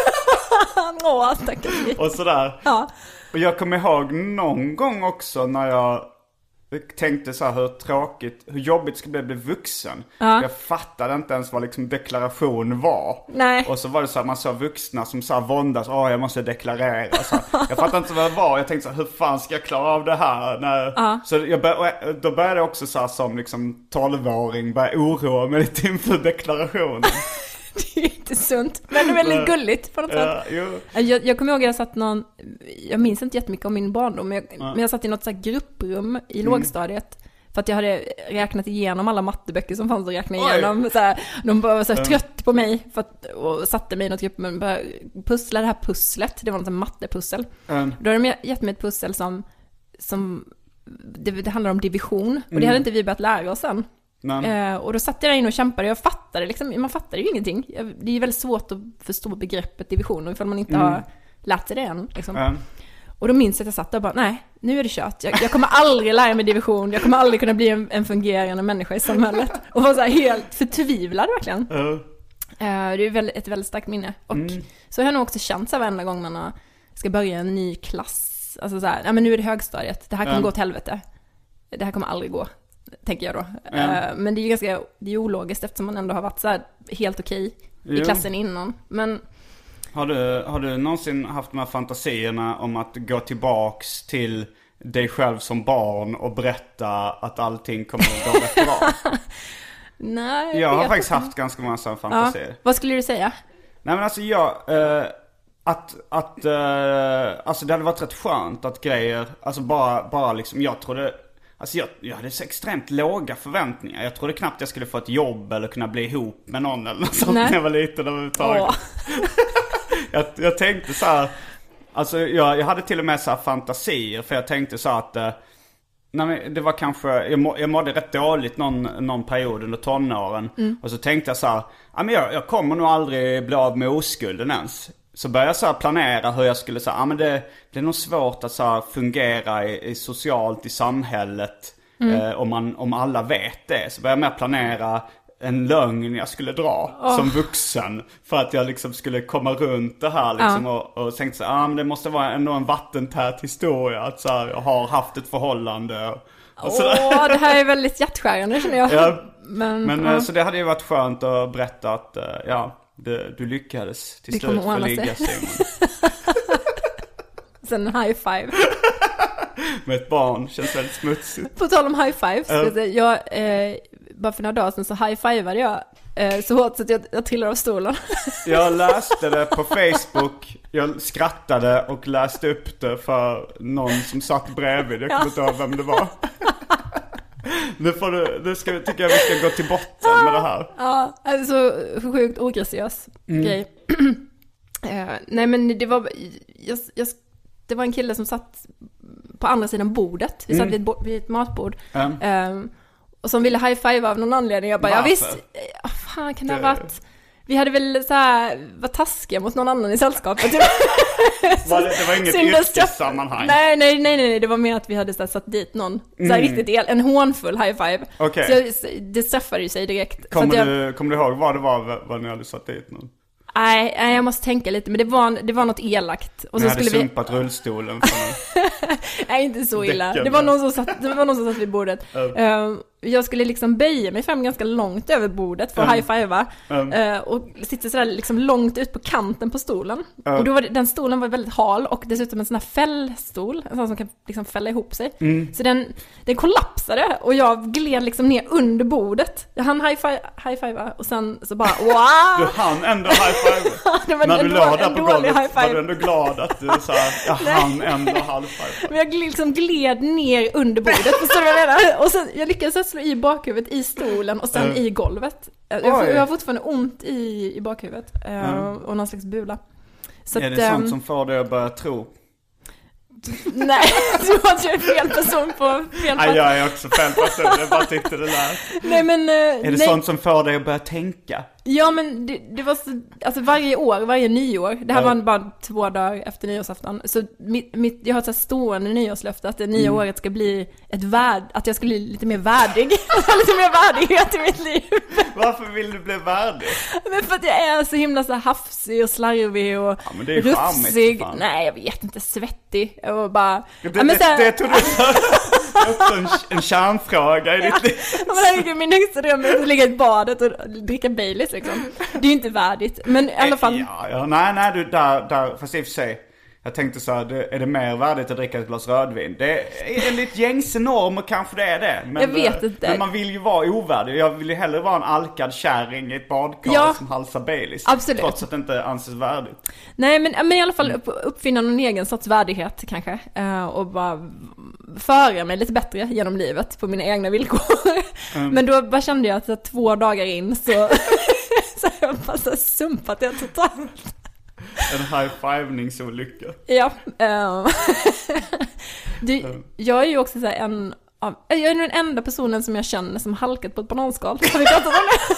Och sådär. Ja. Och jag kommer ihåg någon gång också när jag tänkte så här hur jobbigt det skulle bli vuxen. Ja. Jag fattade inte ens vad liksom deklaration var. Nej. Och så var det så här, man såg vuxna som så här våndas, jag måste deklarera. Så jag fattade inte vad det var. Jag tänkte så här, hur fan ska jag klara av det här? Så då började jag också så här, som liksom 12-åring börja oroa mig lite inför deklarationen. Det är inte sunt, men det är väldigt gulligt på något sätt. Jag kommer ihåg att jag satt jag minns inte jättemycket om min barndom, men jag satt i något så här grupprum i lågstadiet för att jag hade räknat igenom alla matteböcker som fanns att räkna igenom. Så här, de var så här trött på mig och satte mig i något grupprum och började pussla det här pusslet. Det var något mattepussel. Då hade de gett mig ett pussel som det handlar om division, och det hade inte vi börjat lära oss än. Och då satt jag där inne och kämpade. Jag fattade liksom, man fattade ju ingenting. Det är väldigt svårt att förstå begreppet division ifall man inte har lärt sig det än liksom. Och då minns jag att jag satt där och bara, nej, nu är det kört. Jag kommer aldrig lära mig division. Jag kommer aldrig kunna bli en fungerande människa i samhället. Och var så här helt förtvivlad verkligen. Det är ett väldigt starkt minne. Och så har jag nog också känt så här varenda gång man ska börja en ny klass. Alltså så här, men nu är det högstadiet. Det här kommer gå till helvete. Det här kommer aldrig gå, tänker jag då. Men det är ologiskt eftersom man ändå har varit så här helt okej i klassen innan. Men har du någonsin haft de här fantasierna om att gå tillbaks till dig själv som barn och berätta att allting kommer att gå rätt bra? Nej. Jag har faktiskt haft ganska många sådana fantasier. Vad skulle du säga? Nej, men alltså alltså det hade varit rätt skönt att grejer, alltså bara liksom, jag trodde, alltså jag hade så extremt låga förväntningar. Jag trodde knappt jag skulle få ett jobb eller kunna bli ihop med någon eller något sånt när jag var liten överhuvudtaget. Jag tänkte så här, alltså jag hade till och med så här fantasier, för jag tänkte så att det var kanske, jag mådde rätt dåligt någon period under tonåren. Och så tänkte jag så här, men jag kommer nog aldrig bli av med oskulden ens. Så började jag så här planera hur jag skulle säga, men det är nog svårt att så här fungera i socialt i samhället om alla vet det. Så började jag med planera en lögn jag skulle dra som vuxen för att jag liksom skulle komma runt det här liksom, och tänkte så här, men det måste vara ändå en vattentät historia att så här, jag har haft ett förhållande och det här är väldigt hjärtskärande, känner jag. Ja, men så det hade ju varit skönt att berätta att du lyckades till slut för ligga, Simon. Sen en high five. Med ett barn, känns väldigt smutsigt. På tal om high fives, jag bara för några dagar sedan så high-fivade jag så hårt så att jag trillade av stolen. Jag läste det på Facebook. Jag skrattade och läste upp det för någon som satt bredvid. Jag kommer inte ihåg vem det var. Nu tycker jag vi ska gå till botten med det här. Ja, alltså sjukt ograciös grej. Nej, men det var det var en kille som satt på andra sidan bordet. Vi satt vid ett matbord. Och som ville high-five av någon anledning. Jag bara, ja visst, fan kan det ha varit? Vi hade väl så här, var taskiga mot någon annan i sällskapet. Det var inget yrkessammanhang. Nej, det var mer att vi hade så här, satt dit någon så här, riktigt en hånfull high-five. Okay. Så det straffade ju sig direkt. Kommer du ihåg vad det var när du hade satt dit någon? Nej, jag måste tänka lite, men det var något elakt. Och så skulle vi sumpat rullstolen. Nej, inte så illa. Det var någon som satt vid bordet. jag skulle liksom böja mig fram ganska långt över bordet för att high-fivea. Och sitta sådär liksom långt ut på kanten på stolen. Och då var den stolen var väldigt hal och dessutom en sån här fällstol. En sån som kan liksom fälla ihop sig. Så den kollapsade och jag gled liksom ner under bordet. Jag hann high-fivea och sen så bara wow! Du hann ändå high-five. När du låg där på golvet var du ändå glad att du sa jag hann ändå high-five. Men jag liksom gled ner under bordet. Förstår du vad jag menar? Och sen, jag lyckades slå i bakhuvudet i stolen och sen i golvet. Jag har fortfarande ont i bakhuvudet. Och någon slags bula. Så är det sånt som får dig att börja tro? Nej, jag tror att jag är fel person på fel plats. Jag är också fel person, jag bara tyckte det där. Nej, men, är det sånt som får dig att börja tänka? Ja, men det var så, alltså varje nyår, det här var bara 2 dagar efter nyårsafton, så jag har ett så stående nyårslöfte att det nya året ska bli att jag ska bli lite mer värdig. Lite mer värdighet i mitt liv. Varför vill du bli värdig? Men för att jag är så himla så hafsig och slarvig och rufsig. Nej, jag vet inte, svettig. Och bara... Det tog du en kärnfråga i ditt liv. Min högsta dröm är att ligga i badet och dricka Baileys liksom. Det är ju inte värdigt, men i alla fall. Nej, du där fast i och för sig. Jag tänkte så här, är det mer värdigt att dricka ett glas rödvin? Det är enligt gängse normer kanske det är det. Men, jag vet inte. Men man vill ju vara ovärdig. Jag vill ju hellre vara en alkad kärring i ett badkar som halsar Baileys. Absolut. Trots att det inte anses värdigt. Nej, men i alla fall uppfinna någon egen sorts värdighet kanske. Och bara föra mig lite bättre genom livet på mina egna villkor. Men då bara kände jag att 2 dagar in så jag bara så sumpat det totalt. En high-fivningsolycka. Ja. Jag är ju också så här jag är den enda personen som jag känner som halkat på ett bananskal. Har vi pratat om det?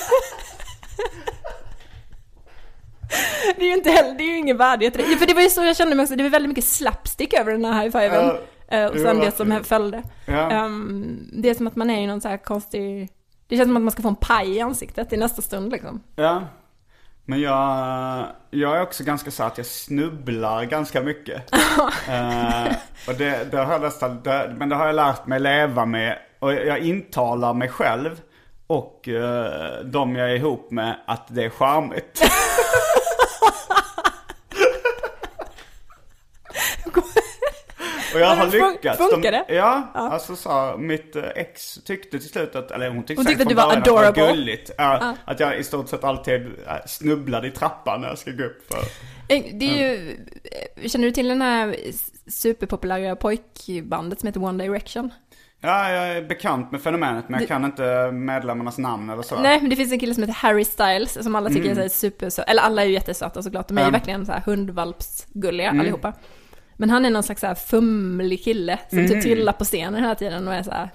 Det är ju inte heller, det är ju ingen värdighet. För det var ju så jag kände mig också. Det var väldigt mycket slapstick över den här high-fiven. Och sen det som följde. Det är som att man är i någon så här konstig... Det känns som att man ska få en paj i ansiktet i nästa stund liksom. Ja. Men jag är också ganska så att jag snubblar ganska mycket. Och det har jag nästan, men det har jag lärt mig leva med. Och jag intalar mig själv och de jag är ihop med att det är charmigt. Och jag har lyckats. Funkar det? Ja, alltså så mitt ex tyckte till slut att, eller hon tyckte att du var adorable. Att det var gulligt. Att jag i stort sett alltid snubblade i trappan när jag ska gå upp för. Det är ju, känner du till den här superpopulära pojkbandet som heter One Direction? Ja, jag är bekant med fenomenet, men jag kan inte medlemmarnas namn eller så. Nej, men det finns en kille som heter Harry Styles som alla tycker är supersöt. Eller alla är ju jättesöta såklart. De är ju verkligen så här hundvalpsgulliga allihopa. Men han är någon slags så här fumlig kille som typ trillar på scenen hela tiden och är så här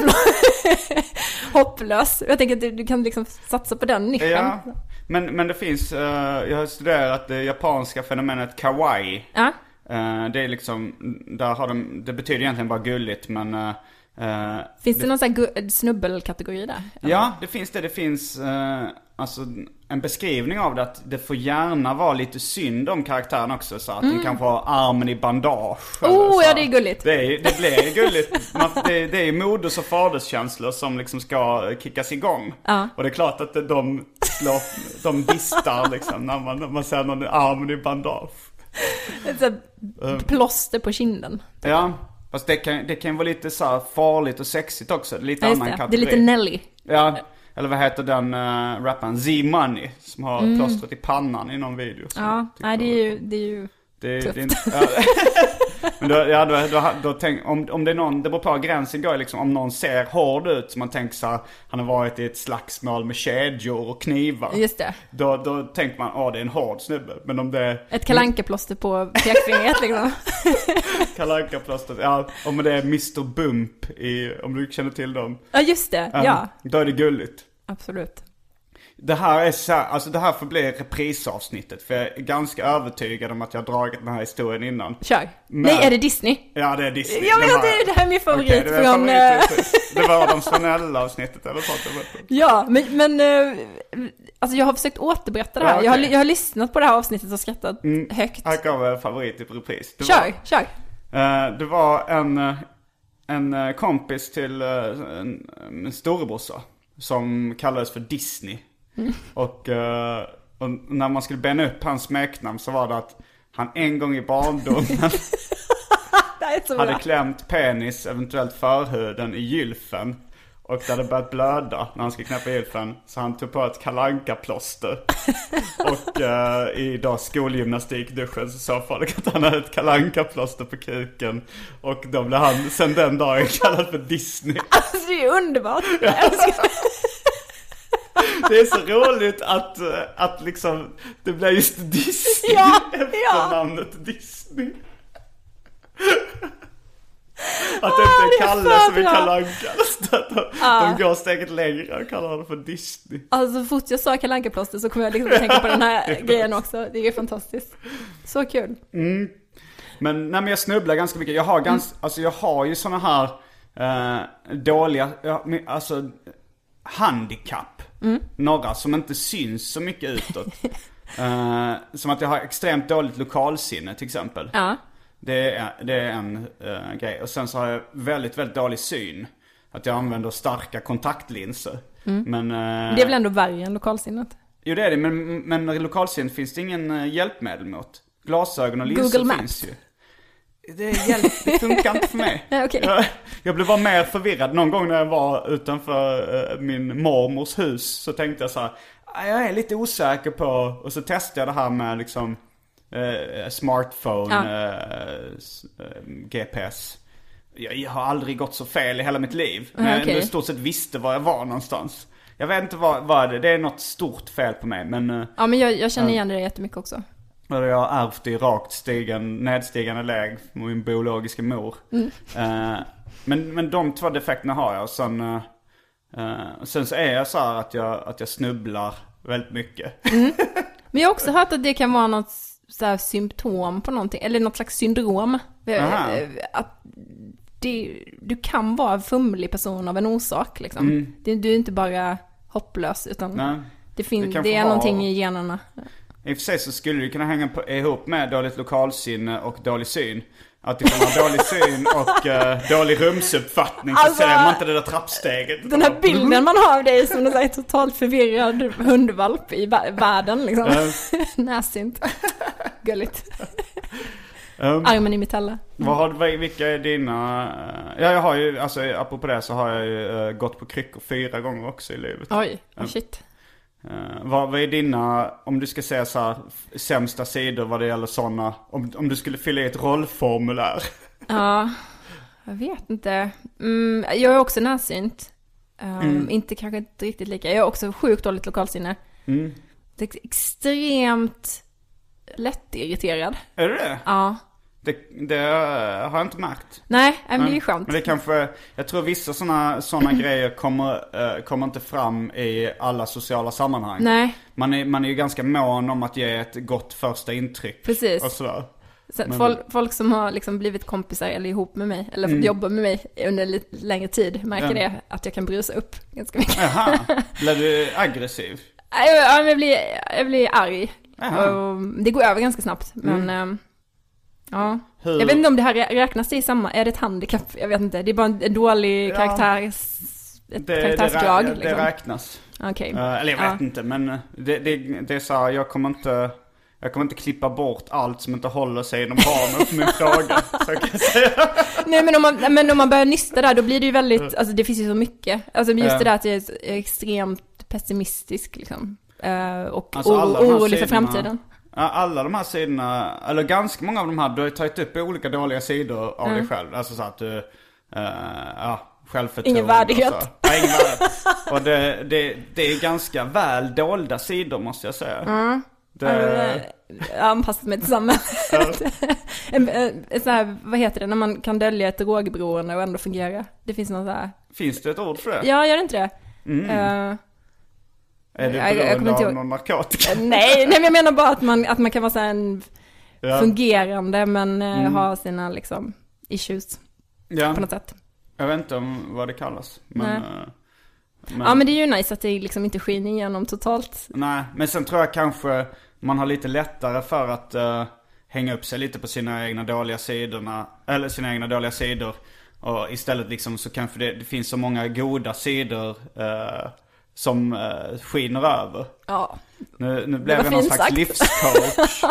hopplös. Jag tänker att du kan liksom satsa på den nischen. Ja, men det finns, jag har studerat det japanska fenomenet kawaii. Ja. Det är liksom, där har det betyder egentligen bara gulligt, men... finns det någon sån här snubbelkategori där? Ja, det finns det. Det finns alltså en beskrivning av det, att det får gärna vara lite synd om karaktären också, så att den kan få armen i bandage. Ja, det är gulligt. Det blir gulligt. Det är ju moders- och faderskänslor som liksom ska kickas igång. Och det är klart att de distar liksom när man ser någon armen i bandage. Ett plåster på kinden. Ja. Fast det kan vara lite så här farligt och sexigt också. Lite annan kategori. Det är lite Nelly. Ja, eller vad heter den rapparen? Z-Money som har plåstret i pannan i någon video. Ja, nej, det är ju tufft. Men då tänk, om det är någon, det beror på gränsen går liksom, om någon ser hård ut, som man tänker så här, han har varit i ett slagsmål med kedjor och knivar. Just det. Då tänker man, det är en hård snubbe. Men om det är ett kalankaplåster på pekfingret liksom. Kalankaplåster, ja. Om det är Mr. Bump om du känner till dem. Ja, just det, ja. Då är det gulligt. Absolut. Det här är så, alltså det här får bli reprisavsnittet, för jag är ganska övertygad om att jag har dragit den här historien innan. Kör. Nej, är det Disney? Ja, det är Disney. Ja, men det här är min favorit från... Det var de Svanella avsnittet eller sånt. Ja, men alltså jag har försökt återberätta det här. Ja, okay. Jag har lyssnat på det här avsnittet och skrattat högt. Här kommer en favorit i repris. Kör. Det var en kompis till en storebrorsa som kallades för Disney. Och när man skulle bena upp hans smeknamn så var det att han en gång i barndomen hade klämt penis, eventuellt förhuden, i gylfen. Och det hade börjat blöda när han skulle knäppa gylfen. Så han tog på ett Kalle-Anka-plåster. Och i då skolgymnastikduschen så sa folk att han hade ett Kalle-Anka-plåster på kuken. Och då blev han sen den dagen kallad för Disney. Alltså det är underbart. Jag älskar det. Det är så roligt att liksom det blir just Disney efter namnet Disney. Att det inte är Kalle som är Kalle Anka. De går steget längre och kallar honom för Disney. Alltså så fort jag sa Kalle Anka-plåster så kommer jag liksom att tänka på den här grejen också. Det är fantastiskt. Så kul. Men jag snubblar ganska mycket. Jag har ju såna här dåliga handikapp. Några som inte syns så mycket utåt. Som att jag har extremt dåligt lokalsinne till exempel. Ja. Det är en grej. Och sen så har jag väldigt, väldigt dålig syn. Att jag använder starka kontaktlinser. Men, det är väl ändå värre än lokalsinnet? Jo det är det, men lokalsinnet finns det ingen hjälpmedel mot. Glasögon och linser Google finns ju. Det funkar inte för mig. Okay. Jag blev bara mer förvirrad. Någon gång när jag var utanför min mormors hus så tänkte jag så här: jag är lite osäker på. Och så testade jag det här med liksom smartphone, GPS. Jag har aldrig gått så fel i hela mitt liv. Men jag i stort sett visste var jag var någonstans. Jag vet inte vad det är. Det är något stort fel på mig. Men, ja, men jag känner igen det jättemycket också. Jag har ärvt i rakt nedstigande läge med min biologiska mor. Men de två defekterna har jag. Sen så är jag så här att jag snubblar väldigt mycket. Men jag har också hört att det kan vara något så här symptom på någonting. Eller något slags syndrom. Att du kan vara en fumlig person av en orsak. Liksom. Du är inte bara hopplös. Utan det är någonting i generna. I och för sig så skulle det kunna hänga ihop med dåligt lokalsinne och dålig syn. Att du kan ha dålig syn och dålig rumsuppfattning, så ser man inte det där trappsteget. Den här bilden man har av dig som en totalt förvirrad hundvalp i världen liksom. Näsint. Gulligt. Armen i metalla. Vilka är dina... Ja, jag har ju, alltså apropå det så har jag ju gått på kryckor 4 gånger också i livet. Oj, shit. Vad är dina, om du ska säga så här, sämsta sidor vad det gäller sådana, om du skulle fylla i ett rollformulär? Ja, jag vet inte. Jag är också närsynt. Kanske inte riktigt lika. Jag är också sjukt dåligt lokalsinne. Det är extremt lättirriterad. Är du det? Ja. Det har jag inte märkt. Nej, men det är skönt. Men det kanske, jag tror vissa såna grejer kommer inte fram i alla sociala sammanhang. Nej. Man är ju ganska mån om att ge ett gott första intryck. Precis. Och sådär. Folk som har liksom blivit kompisar eller ihop med mig eller fått jobba med mig under lite längre tid märker det, att jag kan brusa upp ganska mycket. Jaha, blir du aggressiv? Ja, jag blir arg. Och det går över ganska snabbt, men ja. Jag vet inte om det här räknas det i samma. Är det ett handikapp? Jag vet inte. Det är bara en dålig karaktärsdrag. Det räknas. Okay. Eller jag vet inte. Men det är så här, jag kommer inte klippa bort allt som inte håller sig inom ramen för min fråga. Så kan jag säga. Nej, men om man börjar nysta där, då blir det ju väldigt... Alltså det finns ju så mycket. Alltså just det där att jag är extremt pessimistisk liksom. Och orolig för framtiden. Alla de här sidorna, eller ganska många av de här, du har ju tagit upp olika dåliga sidor av dig själv. Alltså så att du, självförtroende. Ingen värdighet. Ingen värdighet. Och det är ganska väl dolda sidor, måste jag säga. Anpassat mig till samhället. Så här, vad heter det, när man kan dölja ett drogberoende och ändå fungera? Det finns något så här. Finns det ett ord för det? Ja, gör det inte det? Är det beroende av någon narkotika? Nej, men jag menar bara att man kan vara så här en fungerande men ha sina liksom issues på något sätt. Jag vet inte om vad det kallas. Men det är ju nice att det liksom inte skiner igenom totalt. Nej, men sen tror jag kanske man har lite lättare för att hänga upp sig lite på sina egna dåliga sidor Och istället liksom så kanske det finns så många goda sidor som skiner över. Ja. Nu blev jag någon slags livscoach.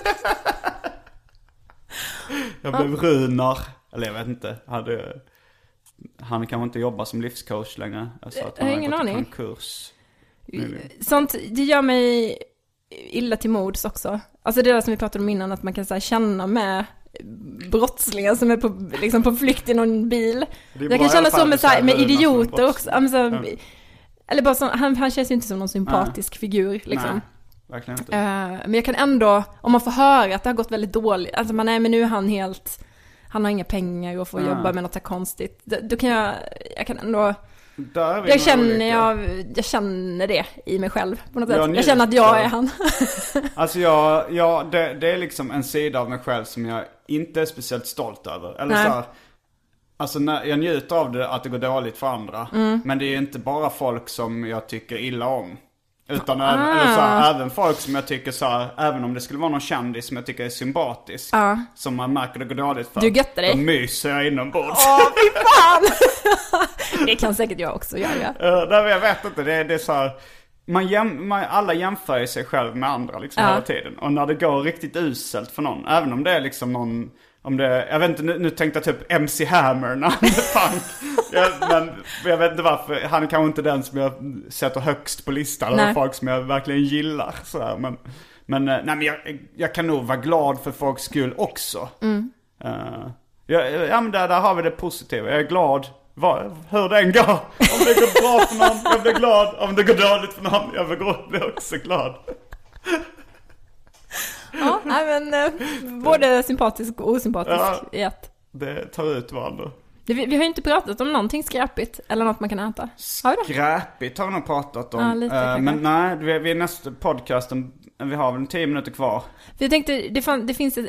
Jag blev Runar. Eller jag vet inte. Han kan inte jobba som livscoach längre. Jag sa att han hade gått i konkurs. Sånt, det gör mig illa till mods också. Alltså det där som vi pratade om innan, att man kan så här, känna med brottslingar som är på flykt i någon bil. Jag kan känna så med idioter också. Eller bara så, han känns ju inte som någon sympatisk figur liksom. Nej, verkligen inte. Men jag kan ändå, om man får höra att det har gått väldigt dåligt, alltså men nu är han har inga pengar och får jobba med något så konstigt. Då kan jag kan ändå jag känner det i mig själv på något sätt. Jag känner att jag är han. Alltså det är liksom en sida av mig själv som jag inte är speciellt stolt över. Eller så här, alltså när jag njuter av det, att det går dåligt för andra. Men det är ju inte bara folk som jag tycker illa om. Utan även folk som jag tycker så här, även om det skulle vara någon kändis som jag tycker är sympatisk, som man märker det går dåligt för. Du göttar dig. Då myser jag inombords. Fy fan! Det kan säkert jag också göra. Jag vet inte, det är så här, alla jämför sig själv med andra liksom hela tiden. Och när det går riktigt uselt för någon, även om det är liksom någon, jag vet inte, nu tänkte jag typ MC Hammer när han är punk. Men jag vet inte varför. Han är kanske inte den som jag sätter högst på listan. Eller folk som jag verkligen gillar så här. Men jag kan nog vara glad för folks skull också. Men där har vi det positiva. Jag är glad hur det än går. Om det går bra för någon, jag blir glad. Om det går dåligt för någon, jag blir också glad. Ja, men både sympatisk och osympatisk i ett. Det tar ut varandra. Vi har ju inte pratat om någonting skräpigt eller något man kan äta. Skräpigt har vi nog pratat om. Men nej, vi är nästa podcasten. Vi har väl 10 minuter kvar. För jag tänkte, det finns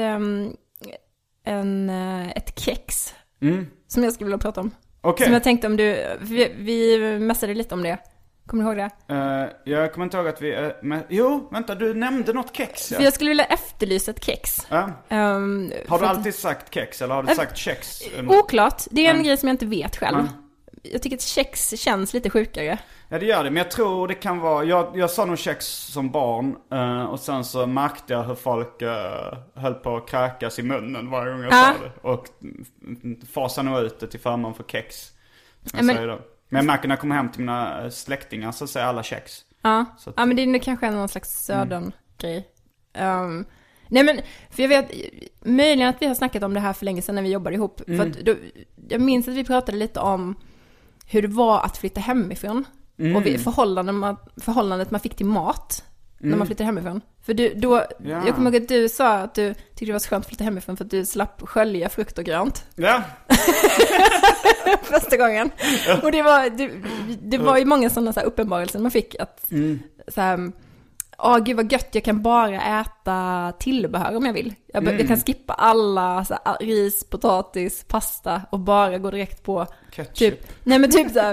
ett kex som jag skulle vilja prata om. Okay. Som jag tänkte om vi mässade lite om det. Kommer du ihåg det? Jag kommer inte ihåg att vi... Jo, vänta, du nämnde något kex. Ja. För jag skulle vilja efterlysa ett kex. Har du alltid sagt kex eller har du sagt kex? Oklart, det är en grej som jag inte vet själv. Jag tycker att kex känns lite sjukare. Ja, det gör det, men jag tror det kan vara... Jag sa nog kex som barn och sen så märkte jag hur folk höll på att kräkas i munnen varje gång jag sa det. Och fasade nog ut det till förman för kex. Men jag märker när jag kommer hem till mina släktingar så säger alla kex. Men det är kanske någon slags södern-grej. Nej men, för jag vet, möjligen att vi har snackat om det här för länge sedan när vi jobbade ihop. För att jag minns att vi pratade lite om hur det var att flytta hemifrån. Och förhållandet man fick till mat när man flyttade hemifrån. För jag kommer ihåg att du sa att du tyckte det var så skönt att flytta hemifrån för att du slapp skölja frukt och grönt. Ja. Första gången. Och det var ju många sådana så här uppenbarelser man fick att så här, gud vad gött, jag kan bara äta tillbehör om jag vill. Jag kan skippa alla så här, ris, potatis, pasta och bara gå direkt på ketchup. Typ så här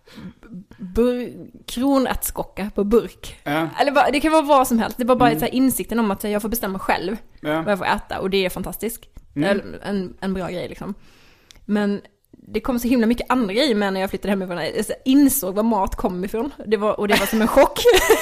kronärtskocka på burk. Eller det kan vara vad som helst. Det var bara så här insikten om att jag får bestämma själv vad jag får äta, och det är fantastiskt. En bra grej liksom. Men det kom så himla mycket andra grejer med när jag flyttade hemifrån. Jag insåg var mat kom ifrån. Det var som en chock.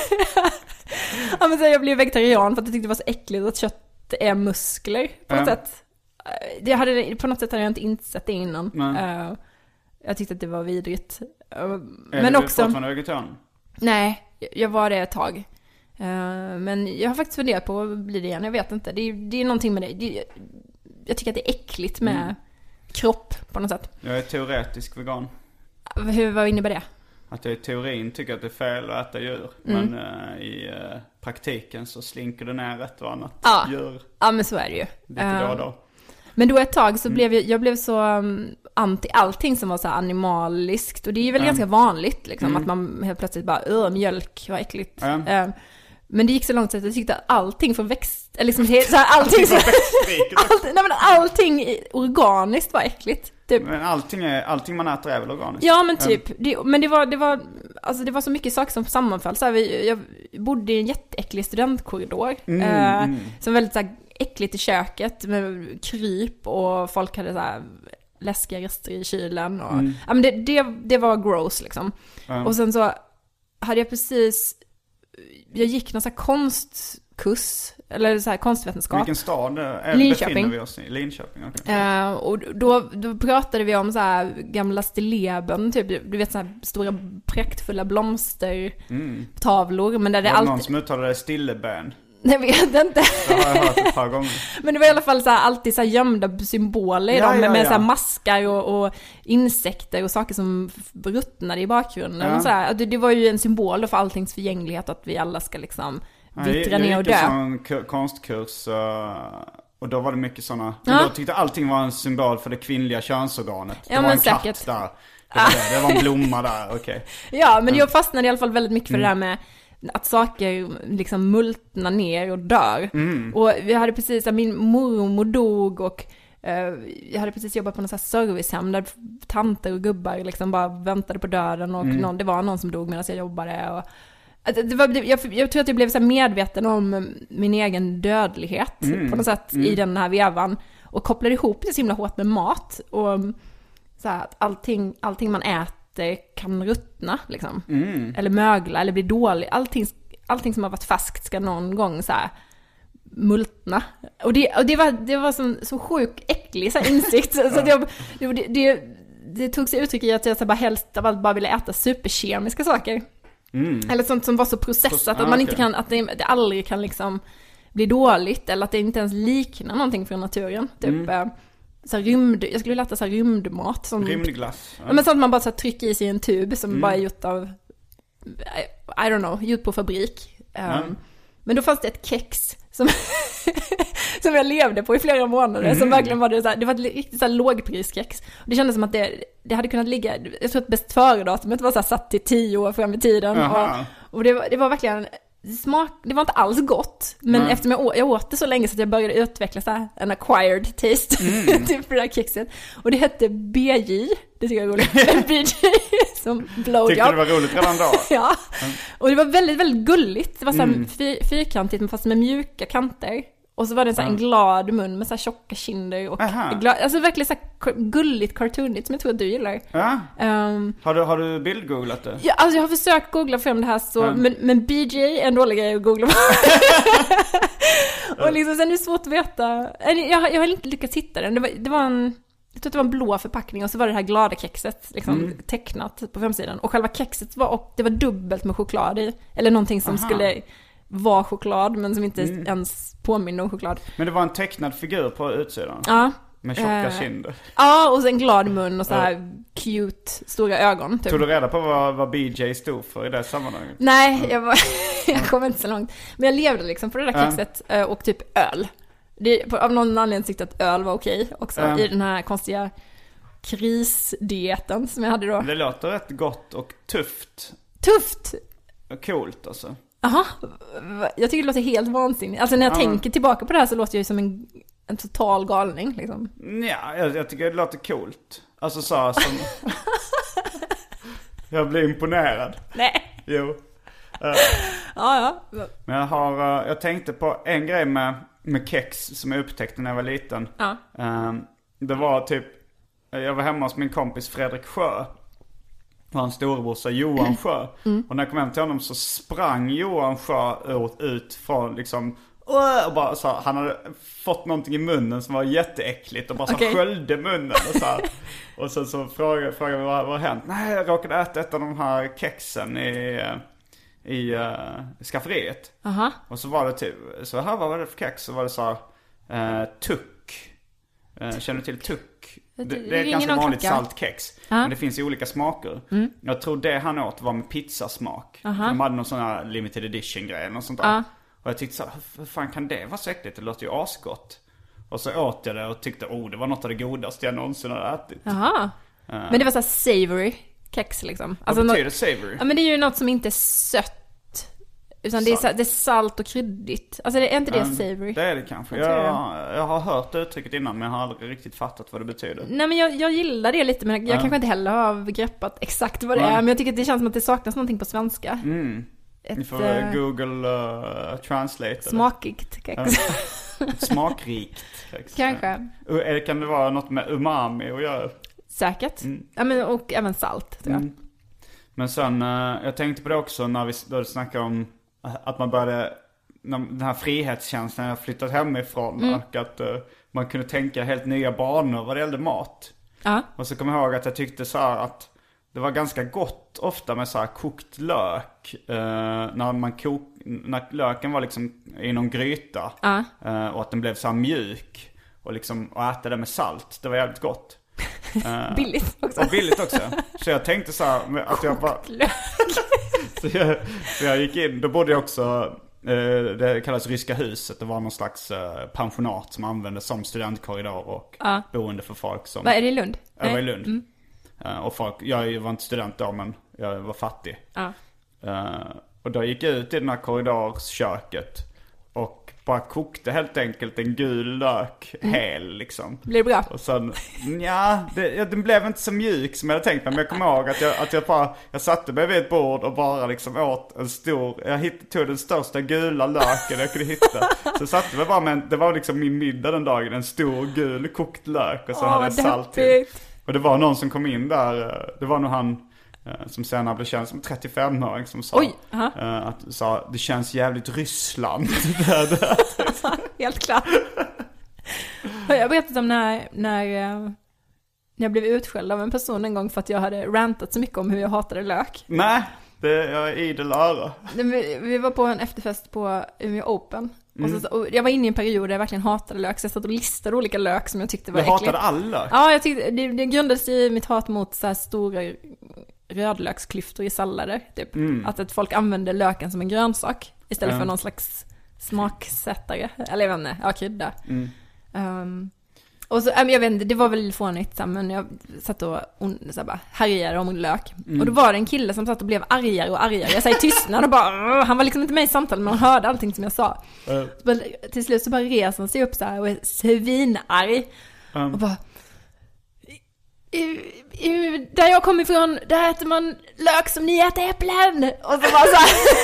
Jag blev vegetarian för att jag tyckte det var så äckligt att kött är muskler på något sätt. På något sätt hade jag inte insett det innan. Jag tyckte att det var vidrigt. Men också fortfarande vegetarian? Nej, jag var det ett tag. Men jag har faktiskt funderat på att bli det igen. Jag vet inte. Det är någonting med det. Jag tycker att det är äckligt med kropp på något sätt. Jag är teoretisk vegan. Vad innebär det? Att jag i teorin tycker att det är fel att äta djur. Men i praktiken så slinker det ner ett och annat djur. Ja, men så är det ju. Lite då och då. Men då ett tag så blev jag blev så anti allting som var så animaliskt. Och det är ju väl ganska vanligt liksom, att man helt plötsligt bara mjölk var äckligt. Men det gick så långt så att jag tyckte att allting från växt... Liksom, så här, allting organiskt var äckligt. Typ. Men allting man äter är väl organiskt? Ja, men typ. Det var så mycket saker som sammanföll. Så här, jag bodde i en jätteäcklig studentkorridor. Som var väldigt så här, äckligt i köket med kryp, och folk hade så här, läskiga rester i kylen. Och, ja, men det var gross liksom. Och sen så hade jag gick någon så här konstkurs, eller så här konstvetenskap. Vilken stad Linköping. befinner vi oss i? Linköping, okay. Och då pratade vi om så här gamla stilleben, typ, du vet så här stora praktfulla blomstertavlor, men där det alltid... någon som uttalade det stilleben? Jag vet inte. Det har jag hört ett par gånger. Men det var i alla fall så här, alltid så här gömda symboler i dem, med så här maskar och insekter och saker som ruttnade i bakgrunden. Ja. Och så här. Det var ju en symbol för alltings förgänglighet, att vi alla ska liksom vittra ner och dö. Jag gick en konstkurs och då var det mycket sådana... Då tyckte allting var en symbol för det kvinnliga könsorganet. Det var en katt där. Det var en blomma där, okej. Okay. Ja, men jag fastnade i alla fall väldigt mycket för det där med att saker liksom multnar ner och dör. Och vi hade precis, min mormor dog, och jag hade precis jobbat på något så här servicehem där tanter och gubbar liksom bara väntade på döden, och det var någon som dog medan jag jobbade. Och jag tror att jag blev så här medveten om min egen dödlighet på något sätt i den här vevan, och kopplade ihop det så himla hårt med mat, och så här, att allting man äter kan ruttna liksom. Eller mögla eller bli dålig. Allting som har varit färskt ska någon gång så här multna. Och det var så sjuk äcklig så här insikt, så att det tog sig uttryck i att jag så bara helst av allt bara ville äta superkemiska saker. Eller sånt som var så processat att man inte kan, att det aldrig kan liksom bli dåligt, eller att det inte ens liknar någonting från naturen. Typ så här jag skulle vilja äta så här rymdmat, som rymdglass. Ja, men sånt man bara så här trycker i sig i en tub som bara är gjort av I don't know, gjort på fabrik. Men då fanns det ett kex som som jag levde på i flera månader, som verkligen var det var ett riktigt så här lågpriskex. Och det kändes som att det hade kunnat ligga, jag tror att bäst före-datumet var så här satt till 10 år fram i tiden. Och det var verkligen det var inte alls gott, men eftersom jag åt det så länge så att jag började utveckla så här en acquired taste typ för det här kexet. Och det hette BJ, det tycker jag är roligt. BJ som blowjob. Tyckte det var roligt redan då? Ja, och det var väldigt, väldigt gulligt. Det var så här fyrkantigt fast med mjuka kanter. Och så var det så här en glad mun med så här tjocka kinder och alltså verkligen så här gulligt, cartoonigt, som jag tror att du gillar. Ja. Har du bildgooglat det? Ja, alltså jag har försökt googla fram det här så, men BJ är en dålig grej att googla. Och liksom sen är det svårt att veta. Jag har inte lyckats hitta den. Det var en, jag tror att det var en blå förpackning, och så var det här glada kexet liksom tecknat på framsidan. Och själva kexet det var dubbelt med choklad i, eller någonting som skulle var choklad, men som inte ens påminner om choklad. Men det var en tecknad figur på utsidan? Ja. Med tjocka kinder? Ja, och så en glad mun och så här cute, stora ögon. Typ. Tog du reda på vad BJ stod för i det sammanhanget? Nej, jag kom inte så långt. Men jag levde liksom på det där kexet och typ öl. Av någon anledning tyckte att öl var okej också i den här konstiga krisdieten som jag hade då. Det låter rätt gott och tufft. Tufft? Coolt alltså. Aha, jag tycker det låter helt vansinnigt. Alltså när jag tänker tillbaka på det här så låter jag ju som en total galning liksom. Ja, jag tycker det låter coolt. Alltså så som... Jag blir imponerad. Nej. Jo. Ja. Men jag tänkte på en grej med kex som jag upptäckte när jag var liten. Ja. Det var typ, jag var hemma hos min kompis Fredrik Sjö. Hans storebrorsa Johan Sjö. Och när jag kom hem till honom så sprang Johan Sjö ut från liksom, och bara så, han hade fått någonting i munnen som var jätteäckligt och bara så sköljde munnen och så här. Och sen så frågade vi vad har hänt? Nej, jag råkade äta ett av de här kexen i skafferiet. Och så var det typ, så här, vad var det för kex? Så var det så tuck. Känner du till tuck? Det är ganska vanligt saltkex. Men det finns i olika smaker. Jag tror det han åt var med pizzasmak. De hade någon sån här limited edition grej eller något sånt där. Och jag tyckte så här, hur fan kan det vara så äckligt? Det låter ju asgott. Och så åt jag det och tyckte, det var något av det godaste jag någonsin har ätit. Men det var så här savory kex liksom. Vad betyder savory? Ja, men det är ju något som inte är sött. Utan det är salt och kryddigt. Alltså är inte det savory? Det är det kanske. Jag har hört uttrycket innan, men jag har aldrig riktigt fattat vad det betyder. Nej, men jag gillar det lite, men jag kanske inte heller har greppat exakt vad det är. Men jag tycker att det känns som att det saknas någonting på svenska. Ni får Google Translate. Smakigt kex. Smakrikt kex. Kanske. Kan det vara något med umami att göra? Säkert. Ja, men, och även salt, tror jag. Men sen, jag tänkte på det också när vi då snackade om att man började, den här frihetskänslan, jag flyttat hemifrån och att man kunde tänka helt nya banor vad det gällde mat. Och så kommer jag ihåg att jag tyckte så här att det var ganska gott ofta med så här kokt lök. När löken var liksom i någon gryta. Och att den blev så här mjuk. Och liksom att äta det med salt. Det var jävligt gott. Billigt också. Och billigt också. Så jag tänkte så här att jag bara... så jag gick in. Då bodde jag också... det kallas Ryska huset. Det var någon slags pensionat som användes som studentkorridor och boende för folk som... Vad är det i Lund? Jag var i Lund. Och folk, jag var inte student då, men jag var fattig. Och då gick jag ut i den här korridorsköket och bara kokte helt enkelt en gul lök hel liksom. Blev det bra? Och sen, den blev inte så mjuk som jag hade tänkt mig. Men jag kommer ihåg att jag satte mig vid ett bord och bara liksom åt en stor... tog den största gula löken jag kunde hitta. Så satte mig bara med det var liksom min middag den dagen. En stor gul kokt lök och så hade jag salt till. Och det var någon som kom in där. Det var nog han som senare blev känd som 35-åring som sa, sa det känns jävligt Ryssland. Helt klart. Jag berättade om när jag blev utskälld av en person en gång för att jag hade rantat så mycket om hur jag hatade lök. Nej, jag är idel öra. Vi var på en efterfest på Umeå Open. Och jag var inne i en period där jag verkligen hatade lök. Så jag satt och listade olika lök som jag tyckte var äckligt. Du hatade all lök? Ja, jag tyckte, det grundades i mitt hat mot så här stora rödlöksklyftor i sallader. Typ. Att folk använde löken som en grönsak istället för någon slags smaksättare. Eller jag vet inte, krydda. Och så, jag vet inte, det var väl fånigt, men jag satt och så bara härjade om lök. Och då var det en kille som satt och blev argare och argare. Jag säger tystnad och bara, han var liksom inte med i samtalet, men han hörde allting som jag sa. Så till slut så bara reser han sig upp så här och är svinarg. Och bara, där jag kommer ifrån, där äter man lök som ni äter äpplen. Och så bara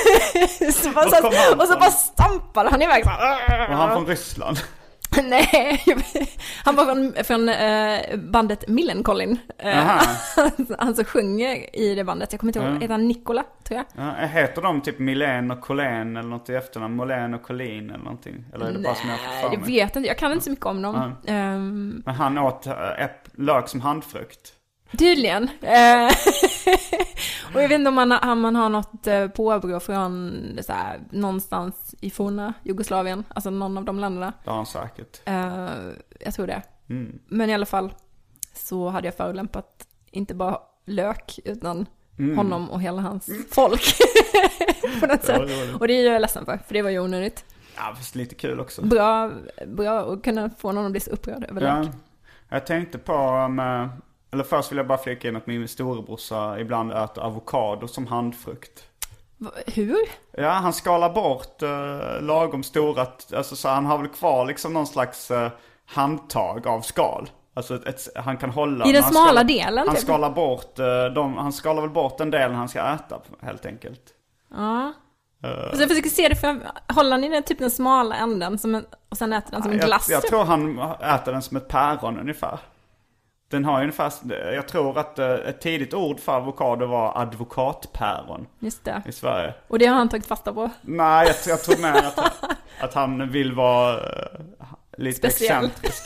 så bara stampade han iväg. Var han från Ryssland? Nej, han var från bandet Millencolin. Han som sjunger i det bandet. Jag kommer inte ihåg, heter han Nikola, tror jag. Heter de typ Milén och Colén eller något i efternamn? Molén och Colin eller någonting? Eller är det bara som jag får för mig? Jag vet inte, jag kan inte så mycket om dem. Men han åt lök som handfrukt. Tydligen. Och jag vet inte om man har något påbrå från så här, någonstans i forna Jugoslavien. Alltså någon av de länderna. Det har han säkert. Jag tror det. Men i alla fall så hade jag förolämpat inte bara lök utan honom och hela hans folk. På något sätt. Och det är jag ledsen för det var ju onödigt. Ja, fast lite kul också. Bra att kunna få någon att bli så upprörd över lök. Jag tänkte på... Eller först vill jag bara flika in att min storebrorsa ibland äter avokado som handfrukt. Hur? Ja, han skalar bort lagom stora... Alltså så han har väl kvar liksom någon slags handtag av skal. Alltså han kan hålla... I den smala delen? Han skalar bort... han skalar väl bort den delen han ska äta helt enkelt. Ja. Så jag försöker se det för håller ni den typ den smala änden och sen äter den som en glass? Jag tror han äter den som ett päron ungefär. Den har ju ungefär, jag tror att ett tidigt ord för avokado var advokatpäron. Just det. I Sverige. Och det har han tagit fasta på? Nej, jag tror med att han vill vara lite speciell. Excentrisk.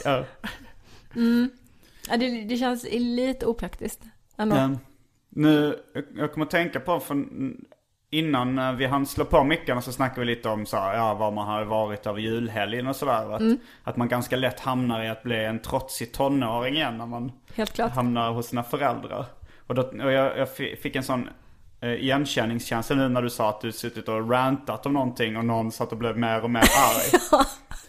Ja, det känns lite opraktiskt ändå. Nu, jag kommer att tänka på, för innan vi hann slå på mickarna så snackade vi lite om så här, vad man har varit av julhelgen och sådär. Att man ganska lätt hamnar i att bli en trotsig tonåring igen när man hamnar hos sina föräldrar. Och jag fick en sån igenkänningskänsla nu när du sa att du suttit och rantat om någonting och någon satt och blev mer och mer arg.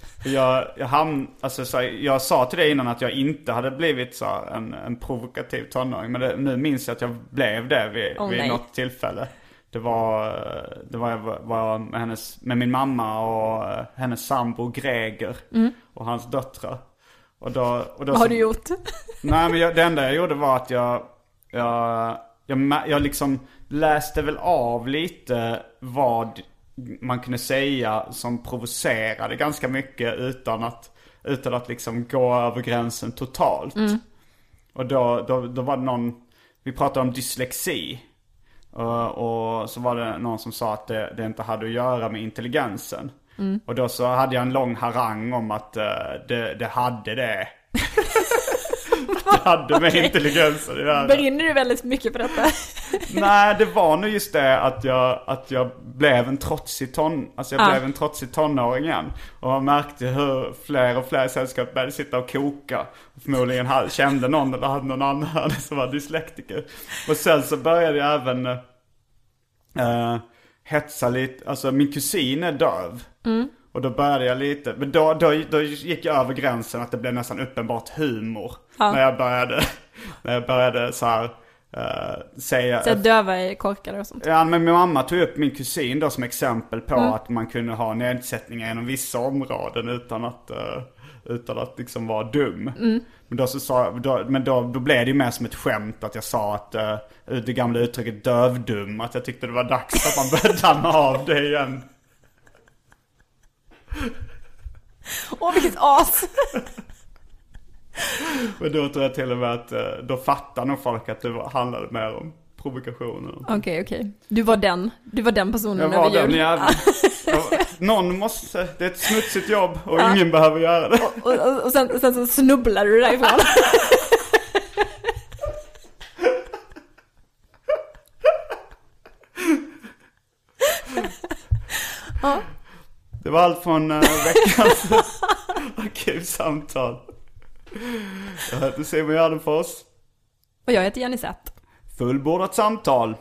Jag sa till dig innan att jag inte hade blivit så en provokativ tonåring. Men nu minns jag att jag blev det vid något tillfälle. Det var med min mamma och hennes sambo Greger och hans döttrar. Och då vad har du gjort? Nej, men det enda jag gjorde var att jag liksom läste väl av lite vad man kunde säga som provocerade ganska mycket utan att liksom gå över gränsen totalt. Och då var det någon, vi pratade om dyslexi. Och så var det någon som sa att det inte hade att göra med intelligensen. Och då så hade jag en lång harang om att det hade det. Det hade med intelligensen. Brinner du väldigt mycket för detta? Nej, det var nog just det att jag blev en trotsig blev en trotsig tonåring igen. Och man märkte hur fler och fler sällskap började sitta och koka. Och förmodligen kände någon eller hade någon annan som var dyslektiker. Och sen så började jag även hetsa lite. Alltså min kusin är döv. Och då började jag lite. Men då gick jag över gränsen att det blev nästan uppenbart humor. När jag började så här säga. Så döva är korkade och sånt. Ja, men min mamma tog upp min kusin då som exempel på att man kunde ha nedsättningar inom vissa områden utan att liksom vara dum. Men då blev det ju mer som ett skämt att jag sa att det gamla uttrycket dövdum, att jag tyckte det var dags att man började damma av det igen. Vilket as. Men då tror jag till och med att då fattar nog folk att det handlade mer om provokationer. Okej. Du var den personen jag över var jul. Den jäveln. Någon måste, det är ett smutsigt jobb och ingen behöver göra det. Och sen så snubblar du därifrån. Det var allt från veckans arkivsamtal. Jag heter Simon Gärdenfors. Och jag heter Jenny Zett. Fullbordat samtal.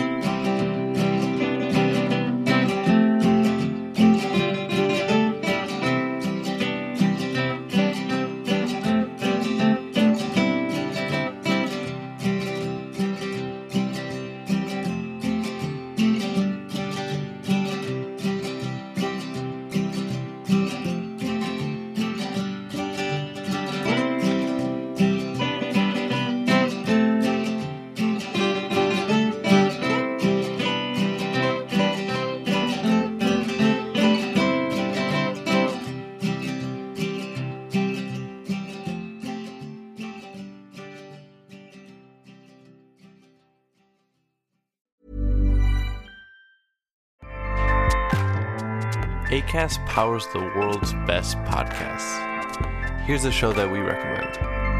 Acast powers the world's best podcasts. Here's a show that we recommend.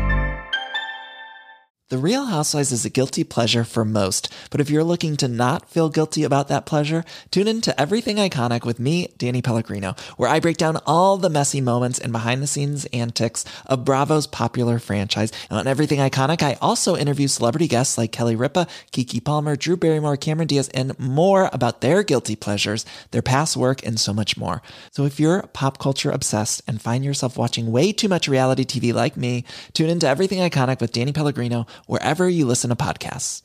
The Real Housewives is a guilty pleasure for most, but if you're looking to not feel guilty about that pleasure, tune in to Everything Iconic with me, Danny Pellegrino, where I break down all the messy moments and behind-the-scenes antics of Bravo's popular franchise. And on Everything Iconic, I also interview celebrity guests like Kelly Ripa, Keke Palmer, Drew Barrymore, Cameron Diaz, and more about their guilty pleasures, their past work, and so much more. So if you're pop culture obsessed and find yourself watching way too much reality TV like me, tune into Everything Iconic with Danny Pellegrino, wherever you listen to podcasts.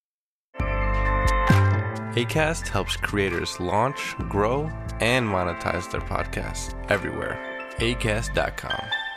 Acast helps creators launch, grow, and monetize their podcasts everywhere. Acast.com.